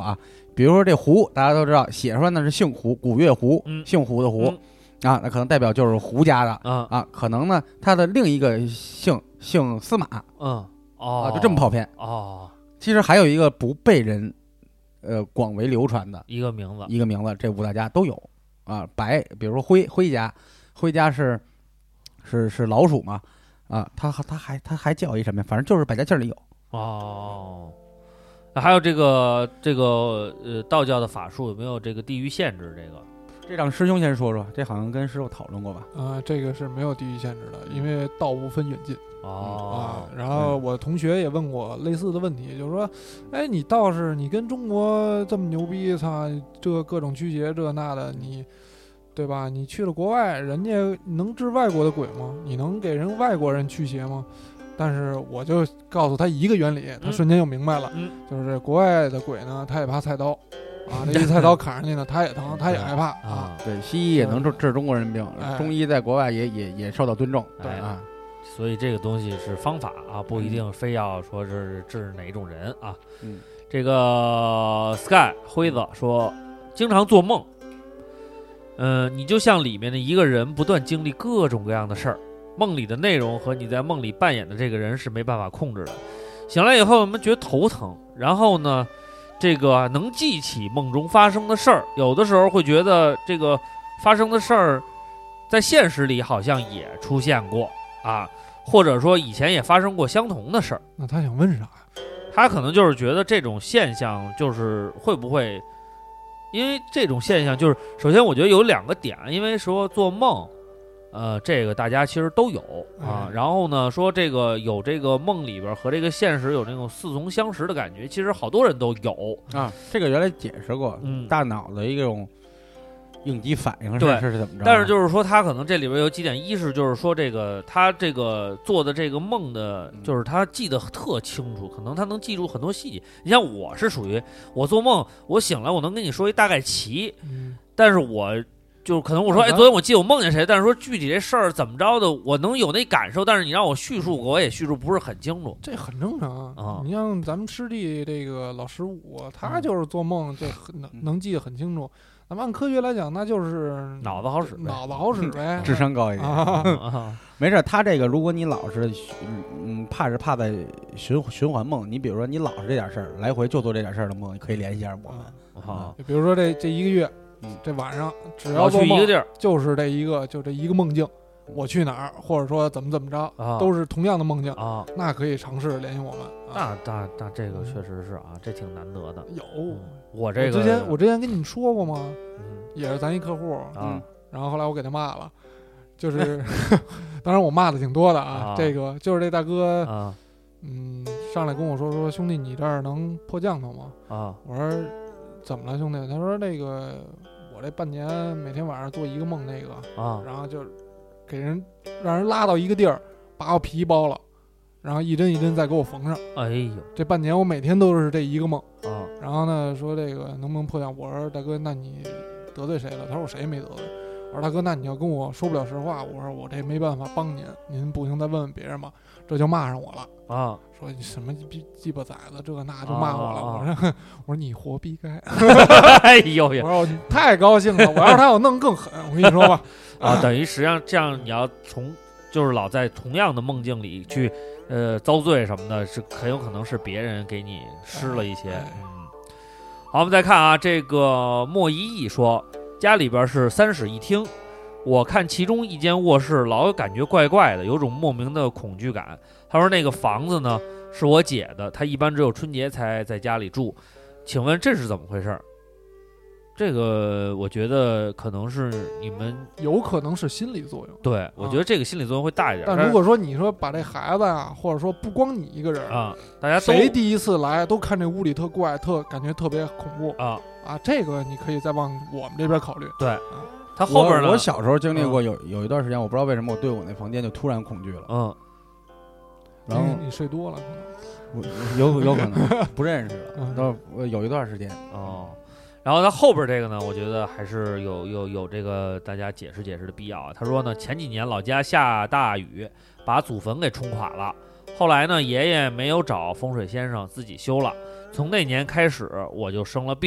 比如说这胡，大家都知道写出来呢是姓胡，古月胡， 嗯、 姓胡的胡、 嗯、 啊，那可能代表就是胡家的、 嗯、 啊，可能呢他的另一个姓姓司马， 嗯哦、 啊，就这么跑偏哦。 其实还有一个不被人呃广为流传的一个名字， 一个名字，这五大家都有啊。白，比如说辉辉家，辉家是是是老鼠嘛啊，他他还他还叫一什么呀？反正就是百家姓里有哦。那还有这个这个呃道教的法术有没有这个地域限制？这个这让师兄先说说，这好像跟师傅讨论过吧？ 啊、呃，这个是没有地域限制的，因为道不分远近。 哦、 啊，然后我同学也问过类似的问题，就是说，哎，你道士，你跟中国这么牛逼，操，这各种驱邪这那的，你，对吧？你去了国外，人家能治外国的鬼吗？你能给人外国人驱邪吗？但是我就告诉他一个原理，他瞬间就明白了， 嗯、 就是国外的鬼呢，他也怕菜刀。啊，这一菜刀砍上去呢，他也疼，他也害怕啊。 对，西医也能治治中国人病， 哎、 中医在国外也也也受到尊重。 对啊。 所以这个东西是方法啊，不一定非要说是治哪种人啊。 嗯， 这个 Sky 辉子说，经常做梦，嗯、呃，你就像里面的一个人，不断经历各种各样的事儿，梦里的内容和你在梦里扮演的这个人是没办法控制的。醒来以后，我们觉得头疼，然后呢，这个能记起梦中发生的事儿，有的时候会觉得这个发生的事儿，在现实里好像也出现过啊。或者说以前也发生过相同的事儿， 那他想问啥呀？ 他可能就是觉得这种现象就是会不会，因为这种现象就是，首先我觉得有两个点，因为说做梦，呃，这个大家其实都有啊。 嗯、 然后呢，说这个有这个梦里边和这个现实有这种似曾相识的感觉，其实好多人都有啊。这个原来解释过， 嗯， 大脑的一种应激反应对是是怎么着？ 但是就是说，他可能这里边有几点，一是就是说这个他这个做的这个梦的，就是他记得特清楚，可能他能记住很多细节。你像我是属于我做梦，我醒来我能跟你说一大概齐， 嗯、 但是我就可能我说，哎，昨天我记得我梦见谁，但是说具体这事儿怎么着的，我能有那感受，但是你让我叙述，我也叙述不是很清楚。 这很正常啊。 嗯、 你像咱们师弟这个老十五，他就是做梦，这很能能记得很清楚。咱们按科学来讲，那就是脑子好使， 脑子好使呗， 智商高一点。 啊、 没事，他这个如果你老是嗯怕是怕在循循环梦，你比如说你老是这点事儿，来回就做这点事儿的梦，你可以联系一下我们。 啊， 比如说这这一个月， 嗯， 这晚上只要去一个地儿， 就是这一个就这一个梦境，我去哪儿，或者说怎么怎么着， 啊、 都是同样的梦境啊， 那可以尝试联系我们。 那那那这个确实是啊，这挺难得的。 有， 嗯、我这个我之前我之前跟你们说过吗？ 嗯， 也是咱一客户啊、 嗯，然后后来我给他骂了，就是当然我骂的挺多的啊。 啊这个就是这大哥， 啊、 嗯，上来跟我说说兄弟，你这儿能破降头吗？ 啊， 我说怎么了兄弟？他说那个我这半年每天晚上做一个梦，那个啊， 然后就给人让人拉到一个地儿，把我皮包了。然后一针一针再给我缝上， 哎呦， 这半年我每天都是这一个梦啊。 然后呢，说这个能不能破降？我说大哥，那你得罪谁了？他说我谁也没得罪。我说大哥，那你要跟我说不了实话，我说我这没办法帮您，您不行再问问别人吧。这就骂上我了啊， 说你什么鸡鸡巴崽子，这个那就骂我了。 啊、 我说我说你活逼该。 哎呦呦， 我说我太高兴了，我要是他我弄更狠，我跟你说吧。 啊，等于实际上这样你要从就是老在同样的梦境里去。呃，遭罪什么的，是很有可能是别人给你施了一些。嗯，好，我们再看啊，这个莫一义说，家里边是三室一厅，我看其中一间卧室老感觉怪怪的，有种莫名的恐惧感。他说那个房子呢是我姐的，她一般只有春节才在家里住，请问这是怎么回事？这个我觉得可能是你们有可能是心理作用， 对，我觉得这个心理作用会大一点。 但如果说你说把这孩子啊，或者说不光你一个人啊，大家都谁第一次来都看这屋里特怪，特感觉特别恐怖啊啊，这个你可以再往我们这边考虑。 对， 啊、 他后边呢， 我小时候经历过有有一段时间，我不知道为什么我对我那房间就突然恐惧了。 嗯， 然后你睡多了， 可能有有可能不认识了，都有一段时间哦。然后他后边这个呢，我觉得还是有有有这个大家解释解释的必要啊。他说呢，前几年老家下大雨，把祖坟给冲垮了。后来呢，爷爷没有找风水先生，自己修了。从那年开始，我就生了病，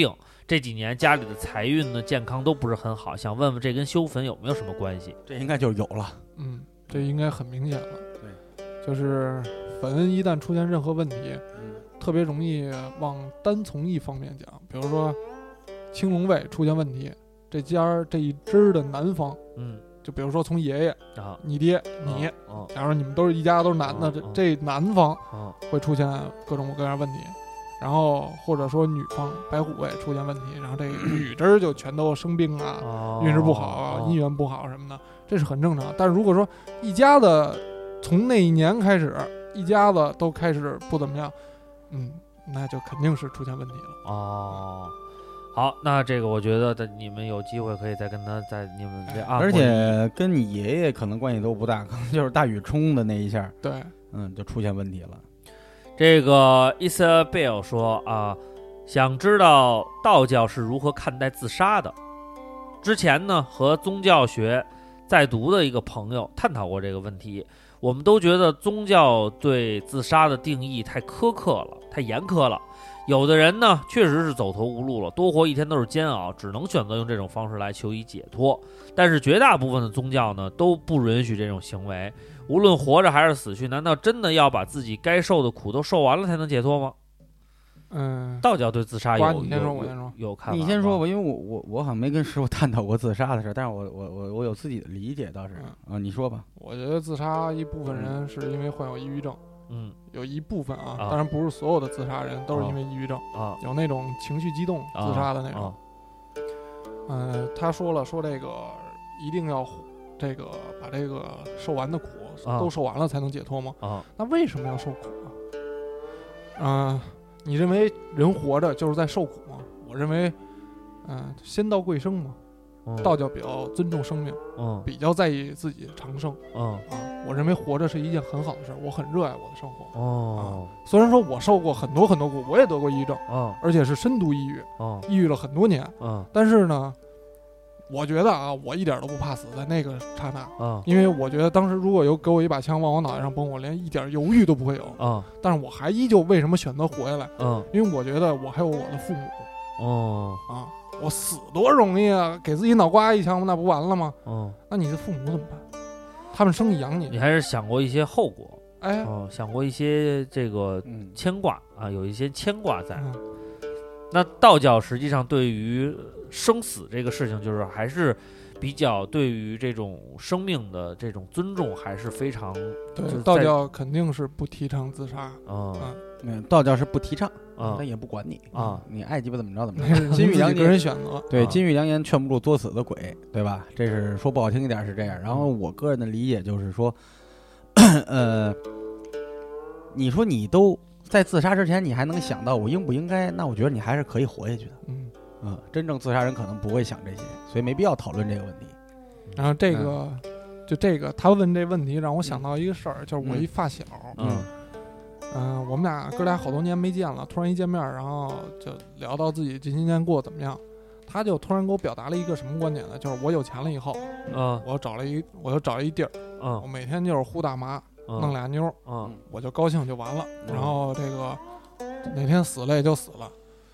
这几年家里的财运呢、健康都不是很好，想问问这跟修坟有没有什么关系？ 这应该就有了。 嗯，这应该很明显了。 对， 就是坟一旦出现任何问题， 嗯， 特别容易往单从一方面讲。比如说青龙位出现问题，这家这一支的男方， 嗯， 就比如说从爷爷啊， 你爹你， 哦， 假如你们都是一家都是男的，这这男方会出现各种各样问题。然后或者说女方白虎位出现问题，然后这个女支就全都生病啊， 哦、 运势不好啊，姻缘不好什么的，这是很正常。但是如果说一家子从那一年开始，一家子都开始不怎么样，嗯，那就肯定是出现问题了。 哦，好，那这个我觉得的你们有机会可以再跟他在你们这啊， 而且跟你爷爷可能关系都不大，可能就是大雨冲的那一下， 对， 嗯，就出现问题了。 这个 Isabel 说啊，想知道道教是如何看待自杀的。之前呢，和宗教学在读的一个朋友探讨过这个问题，我们都觉得宗教对自杀的定义太苛刻了，太严苛了。有的人呢，确实是走投无路了，多活一天都是煎熬，只能选择用这种方式来求以解脱。但是绝大部分的宗教呢，都不允许这种行为。无论活着还是死去，难道真的要把自己该受的苦都受完了才能解脱吗？ 嗯， 道教对自杀有你先说，我先说， 有看法。 你先说吧，因为我我我好像没跟师傅探讨过自杀的事，但是我我我我有自己的理解倒是。嗯、啊，你说吧。 我觉得自杀一部分人是因为患有抑郁症， 嗯， 有一部分啊， 啊当然不是所有的自杀人都是因为抑郁症啊， 有那种情绪激动自杀的那种。嗯、啊呃，他说了，说这个一定要这个把这个受完的苦都受完了才能解脱吗？ 啊， 那为什么要受苦啊？嗯、呃，你认为人活着就是在受苦吗？我认为，嗯、呃，先道贵生嘛。 嗯、 道教比较尊重生命， 嗯， 比较在意自己长生， 嗯啊，我认为活着是一件很好的事，我很热爱我的生活。 哦、 啊，虽然说我受过很多很多苦，我也得过抑郁症， 嗯， 而且是深度抑郁， 嗯， 抑郁了很多年， 嗯， 但是呢，我觉得啊，我一点都不怕死，在那个刹那， 嗯， 因为我觉得当时如果有给我一把枪往我脑袋上崩，我连一点犹豫都不会有， 嗯， 但是我还依旧为什么选择活下来？ 嗯， 因为我觉得我还有我的父母， 哦， 啊。我死多容易啊！给自己脑瓜一枪，那不完了吗？ 嗯， 那你的父母怎么办？他们生你养你， 你还是想过一些后果， 哎， 哦，想过一些这个牵挂、嗯、啊，有一些牵挂在。嗯、那道教实际上对于生死这个事情，就是还是比较对于这种生命的这种尊重，还是非常对。道教肯定是不提倡自杀， 嗯。 嗯嗯，道教是不提倡啊， 但也不管你啊， 你爱鸡巴怎么着怎么着。金玉良言， 个人选择。 对，金玉良言劝不住作死的鬼，对吧？这是说不好听一点是这样。然后我个人的理解就是说，呃，你说你都在自杀之前，你还能想到我应不应该？那我觉得你还是可以活下去的。 嗯嗯，真正自杀人可能不会想这些，所以没必要讨论这个问题。 然后这个，嗯、就这个，他问这问题让我想到一个事儿，就是我一发小， 嗯。 嗯、呃，我们俩哥俩好多年没见了，突然一见面，然后就聊到自己这些年过得怎么样。他就突然给我表达了一个什么观点呢？就是我有钱了以后， 嗯， 我找了一，我就找了一地儿， 嗯， 我每天就是呼大麻， 嗯、 弄俩妞， 嗯， 我就高兴就完了。 嗯、 然后这个哪天死了也就死了，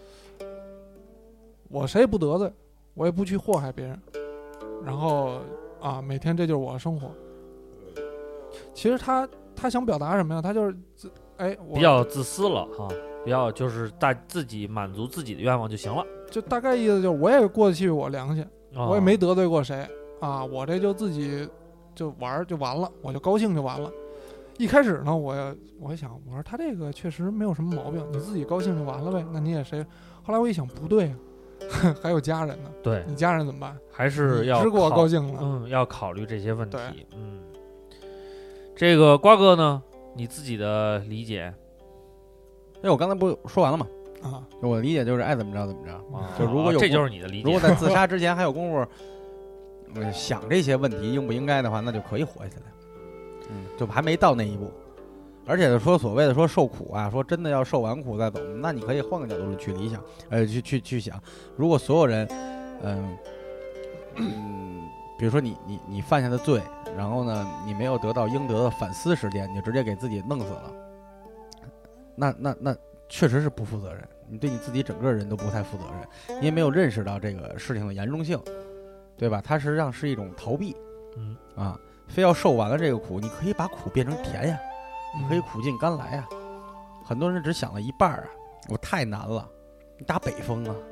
我谁也不得罪，我也不去祸害别人。然后啊，每天这就是我的生活。其实他他想表达什么呀？他就是自哎， 比较自私了哈，比较就是大自己满足自己的愿望就行了。 就大概意思就是我也过得去我良心， 哦、 我也没得罪过谁啊，我这就自己就玩就完了，我就高兴就完了。一开始呢，我我想我说他这个确实没有什么毛病，你自己高兴就完了呗，那你也谁？后来我一想不对啊，还有家人呢， 对你家人怎么办？ 还是要是给我高兴了， 嗯，要考虑这些问题，嗯。这个瓜哥呢？你自己的理解？ 因为我刚才不说完了吗？ 啊， 我的理解就是爱怎么着怎么着。 啊、 就如果有、 啊，这就是你的理解。 如果在自杀之前还有功夫、呃、想这些问题应不应该的话，那就可以活下来。嗯，就还没到那一步。而且说所谓的说受苦啊，说真的要受完苦再走，那你可以换个角度去理想，呃，去去去想，如果所有人，嗯、呃、嗯，比如说你你你犯下的罪。然后呢，你没有得到应得的反思时间，你就直接给自己弄死了。那那那确实是不负责任，你对你自己整个人都不太负责任，你也没有认识到这个事情的严重性，对吧？它实际上是一种逃避， 嗯啊，非要受完了这个苦，你可以把苦变成甜呀，你可以苦尽甘来呀。很多人只想了一半啊，我太难了，你打北风啊。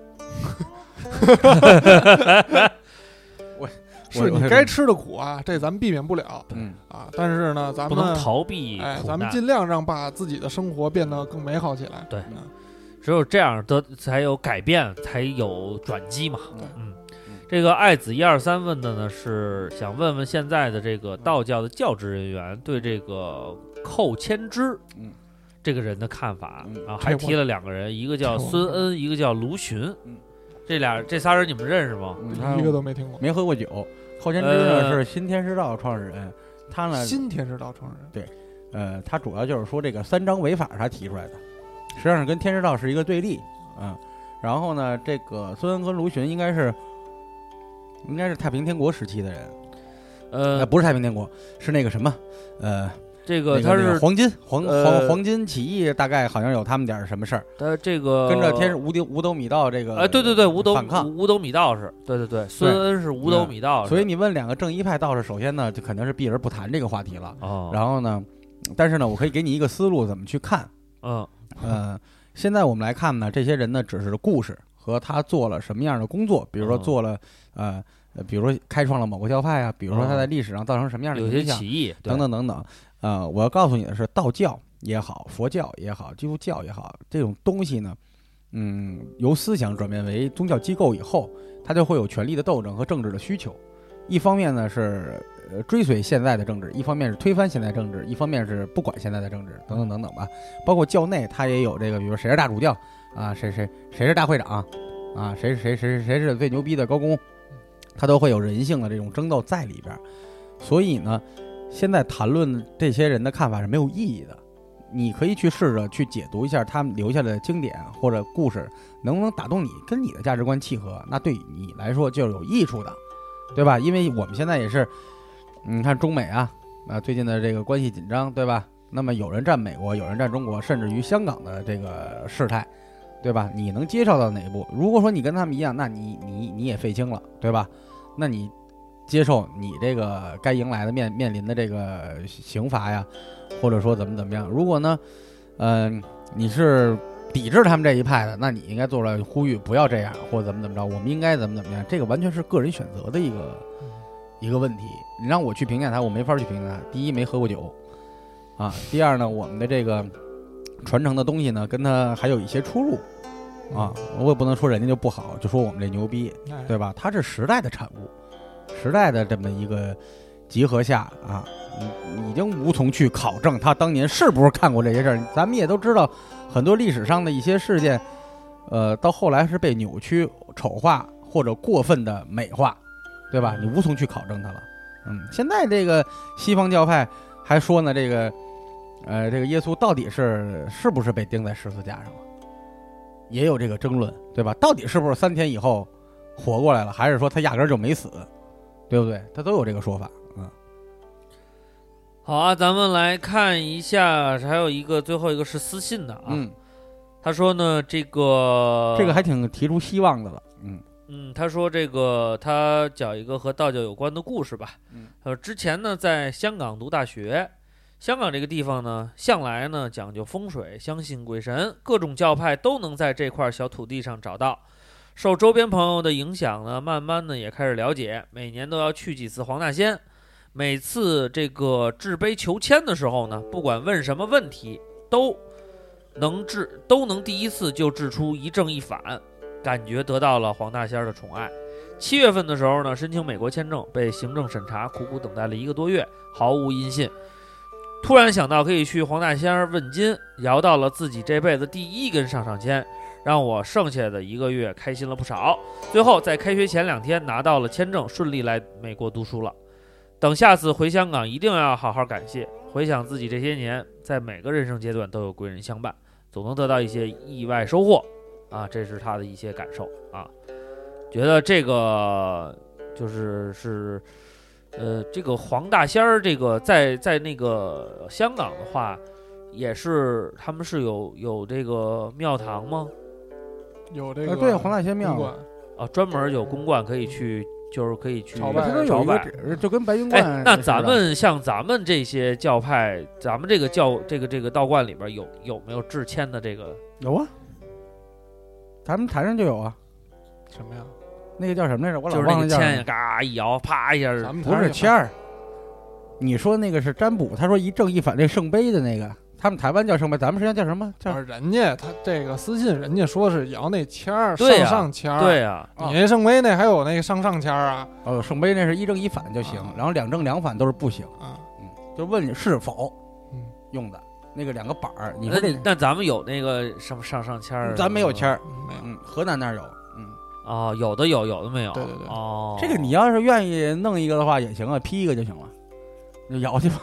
我是你该吃的苦啊，这咱们避免不了， 嗯啊，但是呢，咱们不能逃避苦难， 哎，咱们尽量让把自己的生活变得更美好起来。 对， 嗯、 只有这样的才有改变，才有转机嘛。 嗯嗯，这个爱子一二三问的呢是想问问现在的这个道教的教职人员对这个寇谦之， 嗯， 这个人的看法， 嗯、 然后还提了两个人，一个叫孙恩，一个叫卢循， 嗯， 这俩这仨人你们认识吗？ 嗯、一个都没听过， 没喝过酒。寇谦之呢、呃、是新天师道创始人，他呢新天师道创始人， 对，呃，他主要就是说这个三章违法他提出来的，实际上是跟天师道是一个对立，嗯，然后呢，这个孙恩跟卢循应该是应该是太平天国时期的人， 呃， 不是太平天国，是那个什么，呃。 这个他是、那个、黄金黄黄、 呃、 黄金起义，大概好像有他们点什么事儿。 他这个跟着天五斗五斗米道这个， 哎，对对对，五斗反抗五斗米道士，对对对，孙恩是五斗米道士。 所以你问两个正一派道士，首先呢，就肯定是避而不谈这个话题了。 哦。 然后呢，但是呢，我可以给你一个思路，怎么去看？ 嗯呃，现在我们来看呢，这些人呢，只是故事和他做了什么样的工作，比如说做了、嗯、呃，比如说开创了某个教派啊，比如说他在历史上造成什么样的影响， 有些起义等等等等。呃，我要告诉你的是，道教也好，佛教也好，基督教也好，这种东西呢，嗯，由思想转变为宗教机构以后，它就会有权力的斗争和政治的需求。一方面呢是呃追随现在的政治，一方面是推翻现在政治，一方面是不管现在的政治，等等等等吧。包括教内，它也有这个，比如谁是大主教啊，谁谁谁是大会长啊，谁谁谁谁是最牛逼的高工，它都会有人性的这种争斗在里边。所以呢。现在谈论这些人的看法是没有意义的，你可以去试着去解读一下他们留下的经典或者故事，能不能打动你，跟你的价值观契合，那对你来说就是有益处的，对吧？因为我们现在也是，你看中美啊，啊最近的这个关系紧张，对吧？那么有人站美国，有人站中国，甚至于香港的这个事态，对吧？你能接受到哪一步？如果说你跟他们一样，那你你你也废青了，对吧？那你。接受你这个该迎来的面面临的这个刑罚呀，或者说怎么怎么样。如果呢，嗯、呃，你是抵制他们这一派的，那你应该做了呼吁，不要这样，或者怎么怎么着，我们应该怎么怎么样。这个完全是个人选择的一个一个问题。你让我去评价他，我没法去评价他。第一，没喝过酒啊；第二呢，我们的这个传承的东西呢，跟他还有一些出入啊。我也不能说人家就不好，就说我们这牛逼，对吧？它是时代的产物。时代的这么一个集合下啊，已经无从去考证他当年是不是看过这些事儿。咱们也都知道，很多历史上的一些事件，呃，到后来是被扭曲、丑化或者过分的美化，对吧？你无从去考证它了。嗯，现在这个西方教派还说呢，这个，呃，这个耶稣到底是是不是被钉在十字架上了？也有这个争论，对吧？到底是不是三天以后活过来了，还是说他压根儿就没死？对不对？他都有这个说法，嗯。 好啊，咱们来看一下，还有一个最后一个是私信的啊。 嗯， 他说呢，这个这个还挺提出希望的了，嗯嗯，他说这个他讲一个和道教有关的故事吧。 嗯， 呃，之前呢在香港读大学，香港这个地方呢向来呢讲究风水，相信鬼神，各种教派都能在这块小土地上找到。受周边朋友的影响呢，慢慢的也开始了解，每年都要去几次黄大仙。每次这个掷杯求签的时候呢，不管问什么问题，都能掷，都能第一次就掷出一正一反，感觉得到了黄大仙的宠爱。七月份的时候呢，申请美国签证，被行政审查，苦苦等待了一个多月，毫无音信。突然想到可以去黄大仙问金，摇到了自己这辈子第一根上上签。让我剩下的一个月开心了不少。最后在开学前两天拿到了签证，顺利来美国读书了。等下次回香港一定要好好感谢。回想自己这些年，在每个人生阶段都有贵人相伴，总能得到一些意外收获啊，这是他的一些感受啊。觉得这个就是是呃这个黄大仙儿，这个在在那个香港的话， 也是他们是有有这个庙堂吗？ 有这个、 呃、对黄大仙庙啊，专门有公馆可以去，就是可以去朝拜朝拜，就跟白云观。 哎，那咱们像咱们这些教派，咱们这个教这个这个道观里边有有没有制签的这个？ 有啊，咱们台上就有啊。 什么呀？ 那个叫什么来着？我老就是忘了叫。 那个签呀，嘎一摇，啪一下。 咱们不是签儿。你说那个是占卜，他说一正一反，这圣杯的那个，他们台湾叫圣杯，咱们实际上叫什么？叫人家他这个私信，人家说是摇那签儿， 上上签儿。 对呀， 你那圣杯那还有那个上上签儿啊？ 哦，圣杯那是一正一反就行， 啊、 然后两正两反都是不行。 啊， 嗯，就问你是否用的那个两个板儿。你说这那咱们有那个上上上签儿？ 咱没有签儿， 没有。 嗯，河南那儿有。嗯， 哦，有的有，有的没有。 对对对。 哦， 这个你要是愿意弄一个的话也行啊，批一个就行了。就摇去吧。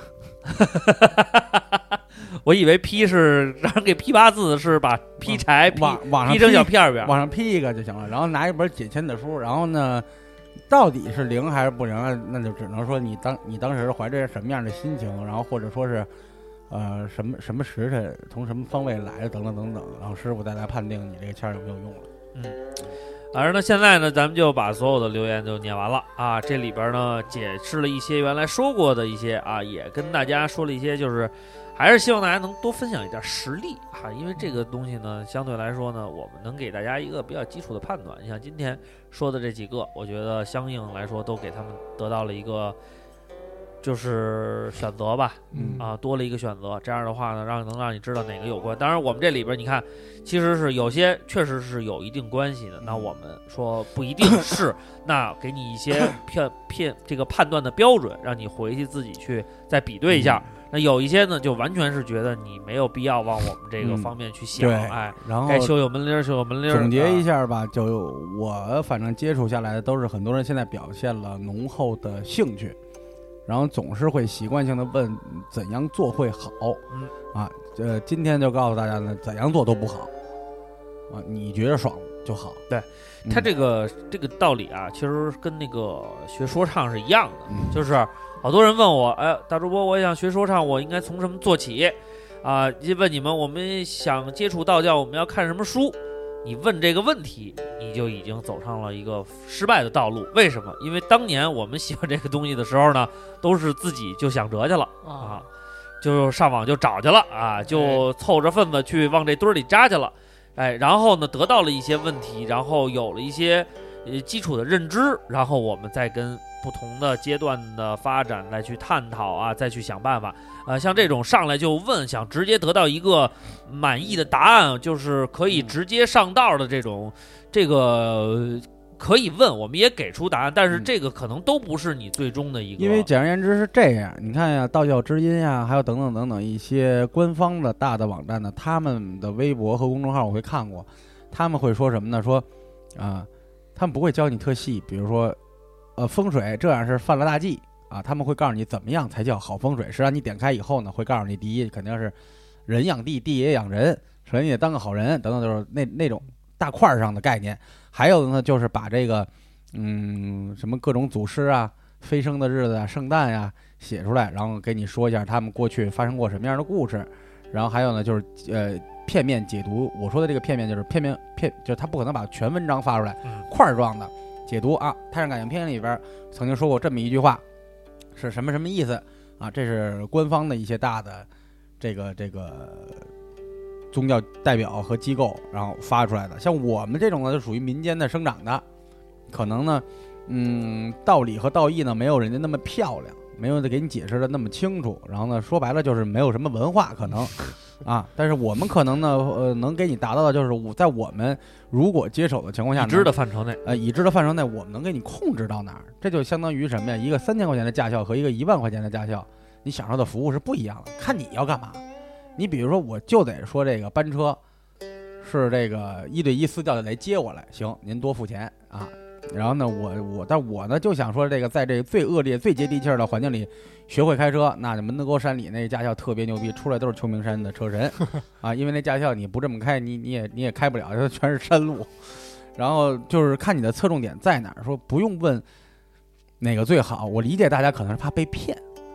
我以为批是让人给批八字，是把劈柴批网上批成小片片， 往上批一个就行了。然后拿一本解签的书，然后呢，到底是灵还是不灵啊？那就只能说你当你当时怀着什么样的心情，然后或者说是呃什么什么时辰，从什么方位来的，等等等等，然后师傅再来判定你这个签有没有用了。 嗯。反正呢，现在呢，咱们就把所有的留言都念完了啊。这里边呢，解释了一些原来说过的一些啊，也跟大家说了一些，就是还是希望大家能多分享一点实例啊，因为这个东西呢，相对来说呢，我们能给大家一个比较基础的判断。你像今天说的这几个，我觉得相应来说都给他们得到了一个就是选择吧， 嗯啊，多了一个选择。这样的话呢，让能让你知道哪个有关。当然，我们这里边你看。其实是有些确实是有一定关系的，那我们说不一定是，那给你一些片片这个判断的标准，让你回去自己去再比对一下。那有一些呢，就完全是觉得你没有必要往我们这个方面去想， 嗯、 哎， 然后该修有门铃修有门铃。 总结一下吧，就我反正接触下来的都是很多人现在表现了浓厚的兴趣，然后总是会习惯性的问怎样做会好， 嗯啊，呃，今天就告诉大家呢，怎样做都不好。啊，你觉得爽就好。 对，他这个、嗯、这个道理啊，其实跟那个学说唱是一样的， 嗯、 就是好多人问我，哎，大主播，我想学说唱，我应该从什么做起？啊，问你们，我们想接触道教，我们要看什么书？你问这个问题，你就已经走上了一个失败的道路。为什么？因为当年我们喜欢这个东西的时候呢，都是自己就想辙去了啊，就上网就找去了啊，就凑着份子去往这堆里扎去了。哎，然后呢，得到了一些问题，然后有了一些呃基础的认知，然后我们再跟不同的阶段的发展来去探讨啊，再去想办法。呃，像这种上来就问，想直接得到一个满意的答案，就是可以直接上道的这种，这个可以问，我们也给出答案，但是这个可能都不是你最终的一个。 因为简而言之是这样，你看呀，道教知音呀，还有等等等等一些官方的大的网站呢，他们的微博和公众号我会看过，他们会说什么呢？说啊、呃，他们不会教你特细，比如说，呃，风水这样是犯了大忌啊，他们会告诉你怎么样才叫好风水。实际上你点开以后呢，会告诉你，第一肯定是人养地，地也养人，首先你得当个好人，等等，就是那那种大块上的概念。还有呢，就是把这个，嗯，什么各种祖师啊、飞升的日子啊、圣诞呀、啊、写出来，然后给你说一下他们过去发生过什么样的故事。然后还有呢，就是呃片面解读。我说的这个片面就是片面片，就是他不可能把全文章发出来，块状的解读啊。《太上感应篇》里边曾经说过这么一句话，是什么什么意思啊？这是官方的一些大的这个这个。宗教代表和机构然后发出来的，像我们这种呢就属于民间的生长的，可能呢嗯道理和道义呢没有人家那么漂亮，没有给你解释的那么清楚，然后呢说白了就是没有什么文化可能啊，但是我们可能呢呃能给你达到的就是在我们如果接手的情况下， 已知的范畴内， 呃已知的范畴内我们能给你控制到哪儿，这就相当于什么呀？一个三千块钱的驾校和一个一万块钱的驾校，你享受的服务是不一样的，看你要干嘛。你比如说，我就得说这个班车是这个一对一私教的来接我来，行，您多付钱啊。然后呢，我我但我呢就想说，这个在这个最恶劣、最接地气儿的环境里学会开车，那门头沟山里那个驾校特别牛逼，出来都是秋名山的车神啊。因为那驾校你不这么开，你你也你也开不了，它全是山路。然后就是看你的侧重点在哪儿，说不用问哪个最好。我理解大家可能是怕被骗。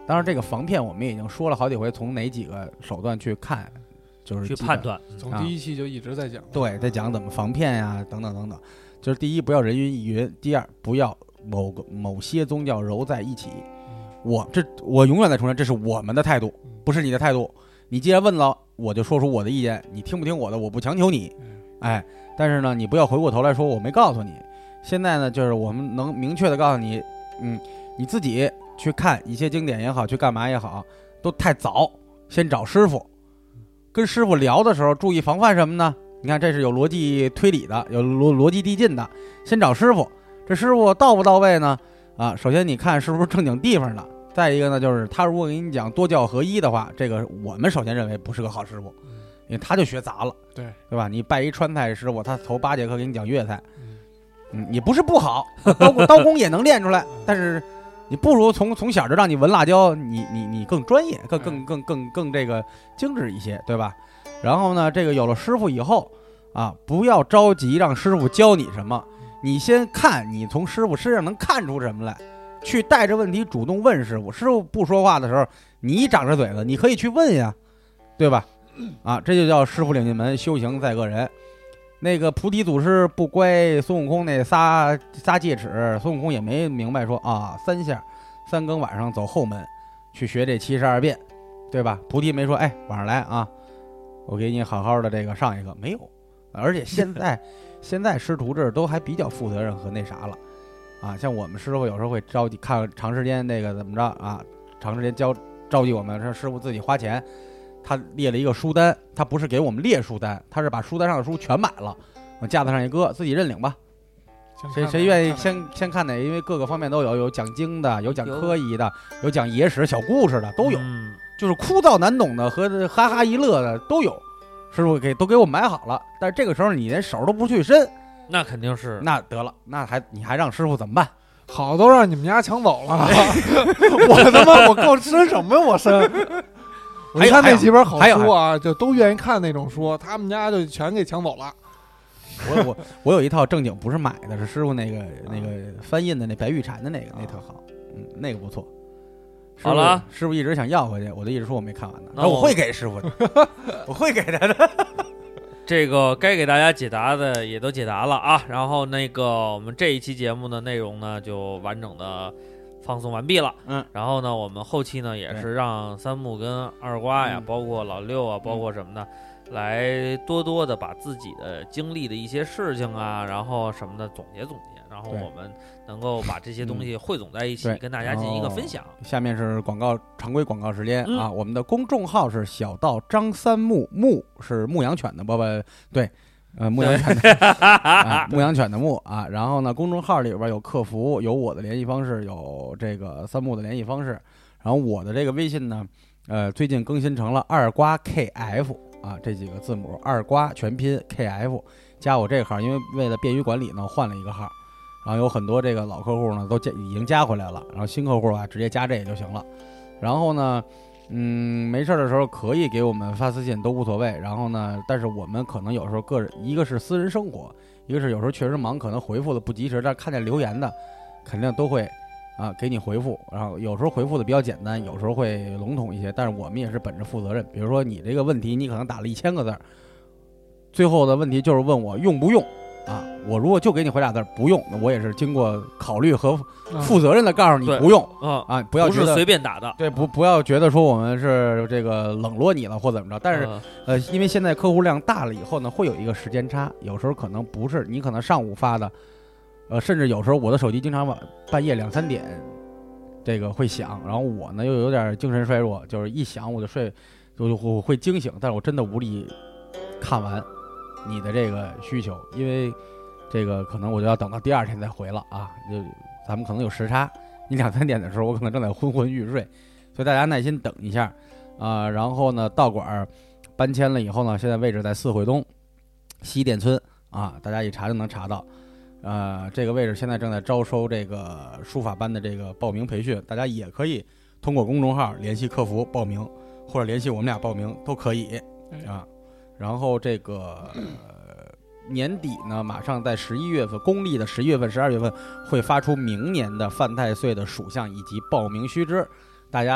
当然，这个防骗我们已经说了好几回，从哪几个手段去看，就是去判断。 从第一期就一直在讲， 对，在讲怎么防骗呀，等等等等。就是第一，不要人云亦云；第二，不要某个某些宗教揉在一起。我这我永远在重申，这是我们的态度，不是你的态度。你既然问了，我就说出我的意见，你听不听我的，我不强求你。哎，但是呢，你不要回过头来说我没告诉你。现在呢，就是我们能明确的告诉你，嗯，你自己去看一些经典也好，去干嘛也好，都太早。先找师傅，跟师傅聊的时候注意防范什么呢？你看，这是有逻辑推理的，有逻逻辑递进的。先找师傅，这师傅到不到位呢？啊，首先你看是不是正经地方的。再一个呢，就是他如果给你讲多教合一的话，这个我们首先认为不是个好师傅，因为他就学杂了， 对对吧？你拜一川菜师傅，他头八节课给你讲粤菜，嗯，也不是不好，刀刀工也能练出来，但是你不如从从小就让你闻辣椒，你你你更专业，更更更更更这个精致一些，对吧？然后呢，这个有了师傅以后啊，不要着急让师傅教你什么，你先看你从师傅身上能看出什么来，去带着问题主动问师傅。师傅不说话的时候，你长着嘴子，你可以去问呀，对吧？啊，这就叫师傅领进门，修行在个人。那个菩提祖师不乖孙悟空那仨仨戒尺，孙悟空也没明白说啊，三下三更晚上走后门去学这七十二变，对吧？菩提没说，哎，晚上来啊，我给你好好的这个上一课，没有。而且现在现在师徒制都还比较负责任和那啥了啊，像我们师傅有时候会着急看长时间那个怎么着啊，长时间教着急我们让师傅自己花钱，他列了一个书单，他不是给我们列书单，他是把书单上的书全买了，往架子上一搁，自己认领吧。谁谁愿意先先看哪？因为各个方面都有，有讲经的，有讲科仪的，有讲野史小故事的，都有， 嗯、 就是枯燥难懂的和哈哈一乐的都有。师傅给都给我买好了，但是这个时候你连手都不去伸， 那肯定是， 那得了，那还你还让师傅怎么办？ 好，都让你们家抢走了，我他妈我够伸什么呀？我伸。我看那几本好书啊，就都愿意看那种书，他们家就全给抢走了。 我我我有一套正经不是买的，是师傅那个那个翻印的那白玉蝉的那个，那特好，嗯，那个不错。 好了， 师傅一直想要回去，我就一直说我没看完呢。那我会给师傅的，我会给他的。 这个该给大家解答的也都解答了啊，然后那个我们这一期节目的内容呢，就完整的放送完毕了。 嗯， 然后呢，我们后期呢也是让三木跟二瓜呀， 嗯、 包括老六啊，包括什么的。来多多的把自己的经历的一些事情啊，然后什么的总结总结，然后我们能够把这些东西汇总在一起，嗯、跟大家进行一个分享。 下面是广告，常规广告时间、嗯、啊，我们的公众号是小道张三木，木是牧羊犬的，不不对，呃，牧羊犬的、啊、牧羊犬的牧啊。然后呢，公众号里边有客服，有我的联系方式，有这个三木的联系方式。然后我的这个微信呢，呃，最近更新成了二瓜 K F。啊，这几个字母二瓜全拼 K F， 加我这个号，因为为了便于管理呢，换了一个号。然后有很多这个老客户呢都加已经加回来了，然后新客户啊直接加这个就行了。然后呢，嗯，没事的时候可以给我们发私信都无所谓。然后呢，但是我们可能有时候个人，一个是私人生活，一个是有时候确实忙，可能回复的不及时，但看见留言的肯定都会。啊，给你回复，然后有时候回复的比较简单，有时候会笼统一些，但是我们也是本着负责任。比如说你这个问题，你可能打了一千个字，最后的问题就是问我用不用啊？我如果就给你回俩字不用，那我也是经过考虑和负责任的告诉你不用、 嗯、 啊，不要觉得不是随便打的， 对，不不要觉得说我们是这个冷落你了或怎么着。但是、嗯、呃，因为现在客户量大了以后呢，会有一个时间差，有时候可能不是你可能上午发的。呃，甚至有时候我的手机经常晚半夜两三点，这个会响，然后我呢又有点精神衰弱，就是一响我就睡，就我会惊醒，但是我真的无力看完你的这个需求，因为这个可能我就要等到第二天再回了啊，就咱们可能有时差，你两三点的时候我可能正在昏昏欲睡，所以大家耐心等一下啊、呃。然后呢，道馆搬迁了以后呢，现在位置在四惠东西店村啊，大家一查就能查到。呃，这个位置现在正在招收这个书法班的这个报名培训，大家也可以通过公众号联系客服报名，或者联系我们俩报名都可以啊。然后这个、呃、年底呢，马上在十一月份，公历的十一月份、十二月份会发出明年的犯太岁的属相以及报名须知，大家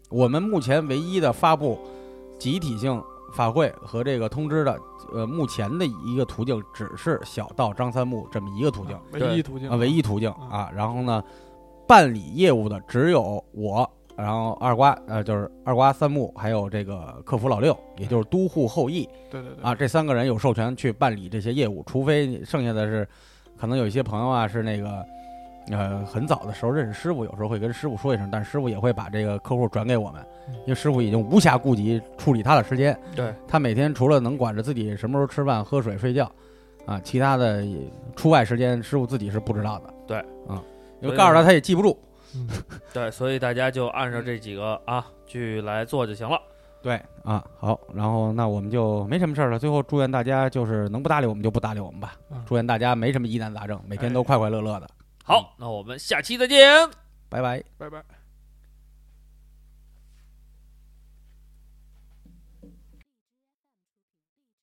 我们目前唯一的发布集体性法会和这个通知的，呃，目前的一个途径只是小到张三木这么一个途径， 啊、唯一途径啊，唯一途径啊。然后呢，办理业务的只有我，然后二瓜，呃，就是二瓜三木，还有这个客服老六，也就是都护后裔， 对对对， 啊，这三个人有授权去办理这些业务，除非剩下的是，可能有一些朋友啊是那个。呃，很早的时候认识师傅，有时候会跟师傅说一声，但师傅也会把这个客户转给我们，因为师傅已经无暇顾及处理他的时间。 对， 他每天除了能管着自己什么时候吃饭、喝水、睡觉，啊，其他的出外时间师傅自己是不知道的。 对， 啊，因为告诉他他也记不住。 嗯， 对，所以大家就按照这几个啊去来做就行了。 对啊，好，然后那我们就没什么事儿了。最后祝愿大家就是能不搭理我们就不搭理我们吧。 嗯、 祝愿大家没什么疑难杂症，每天都快快乐乐的。 好，那我们下期再见， 拜拜， 拜拜。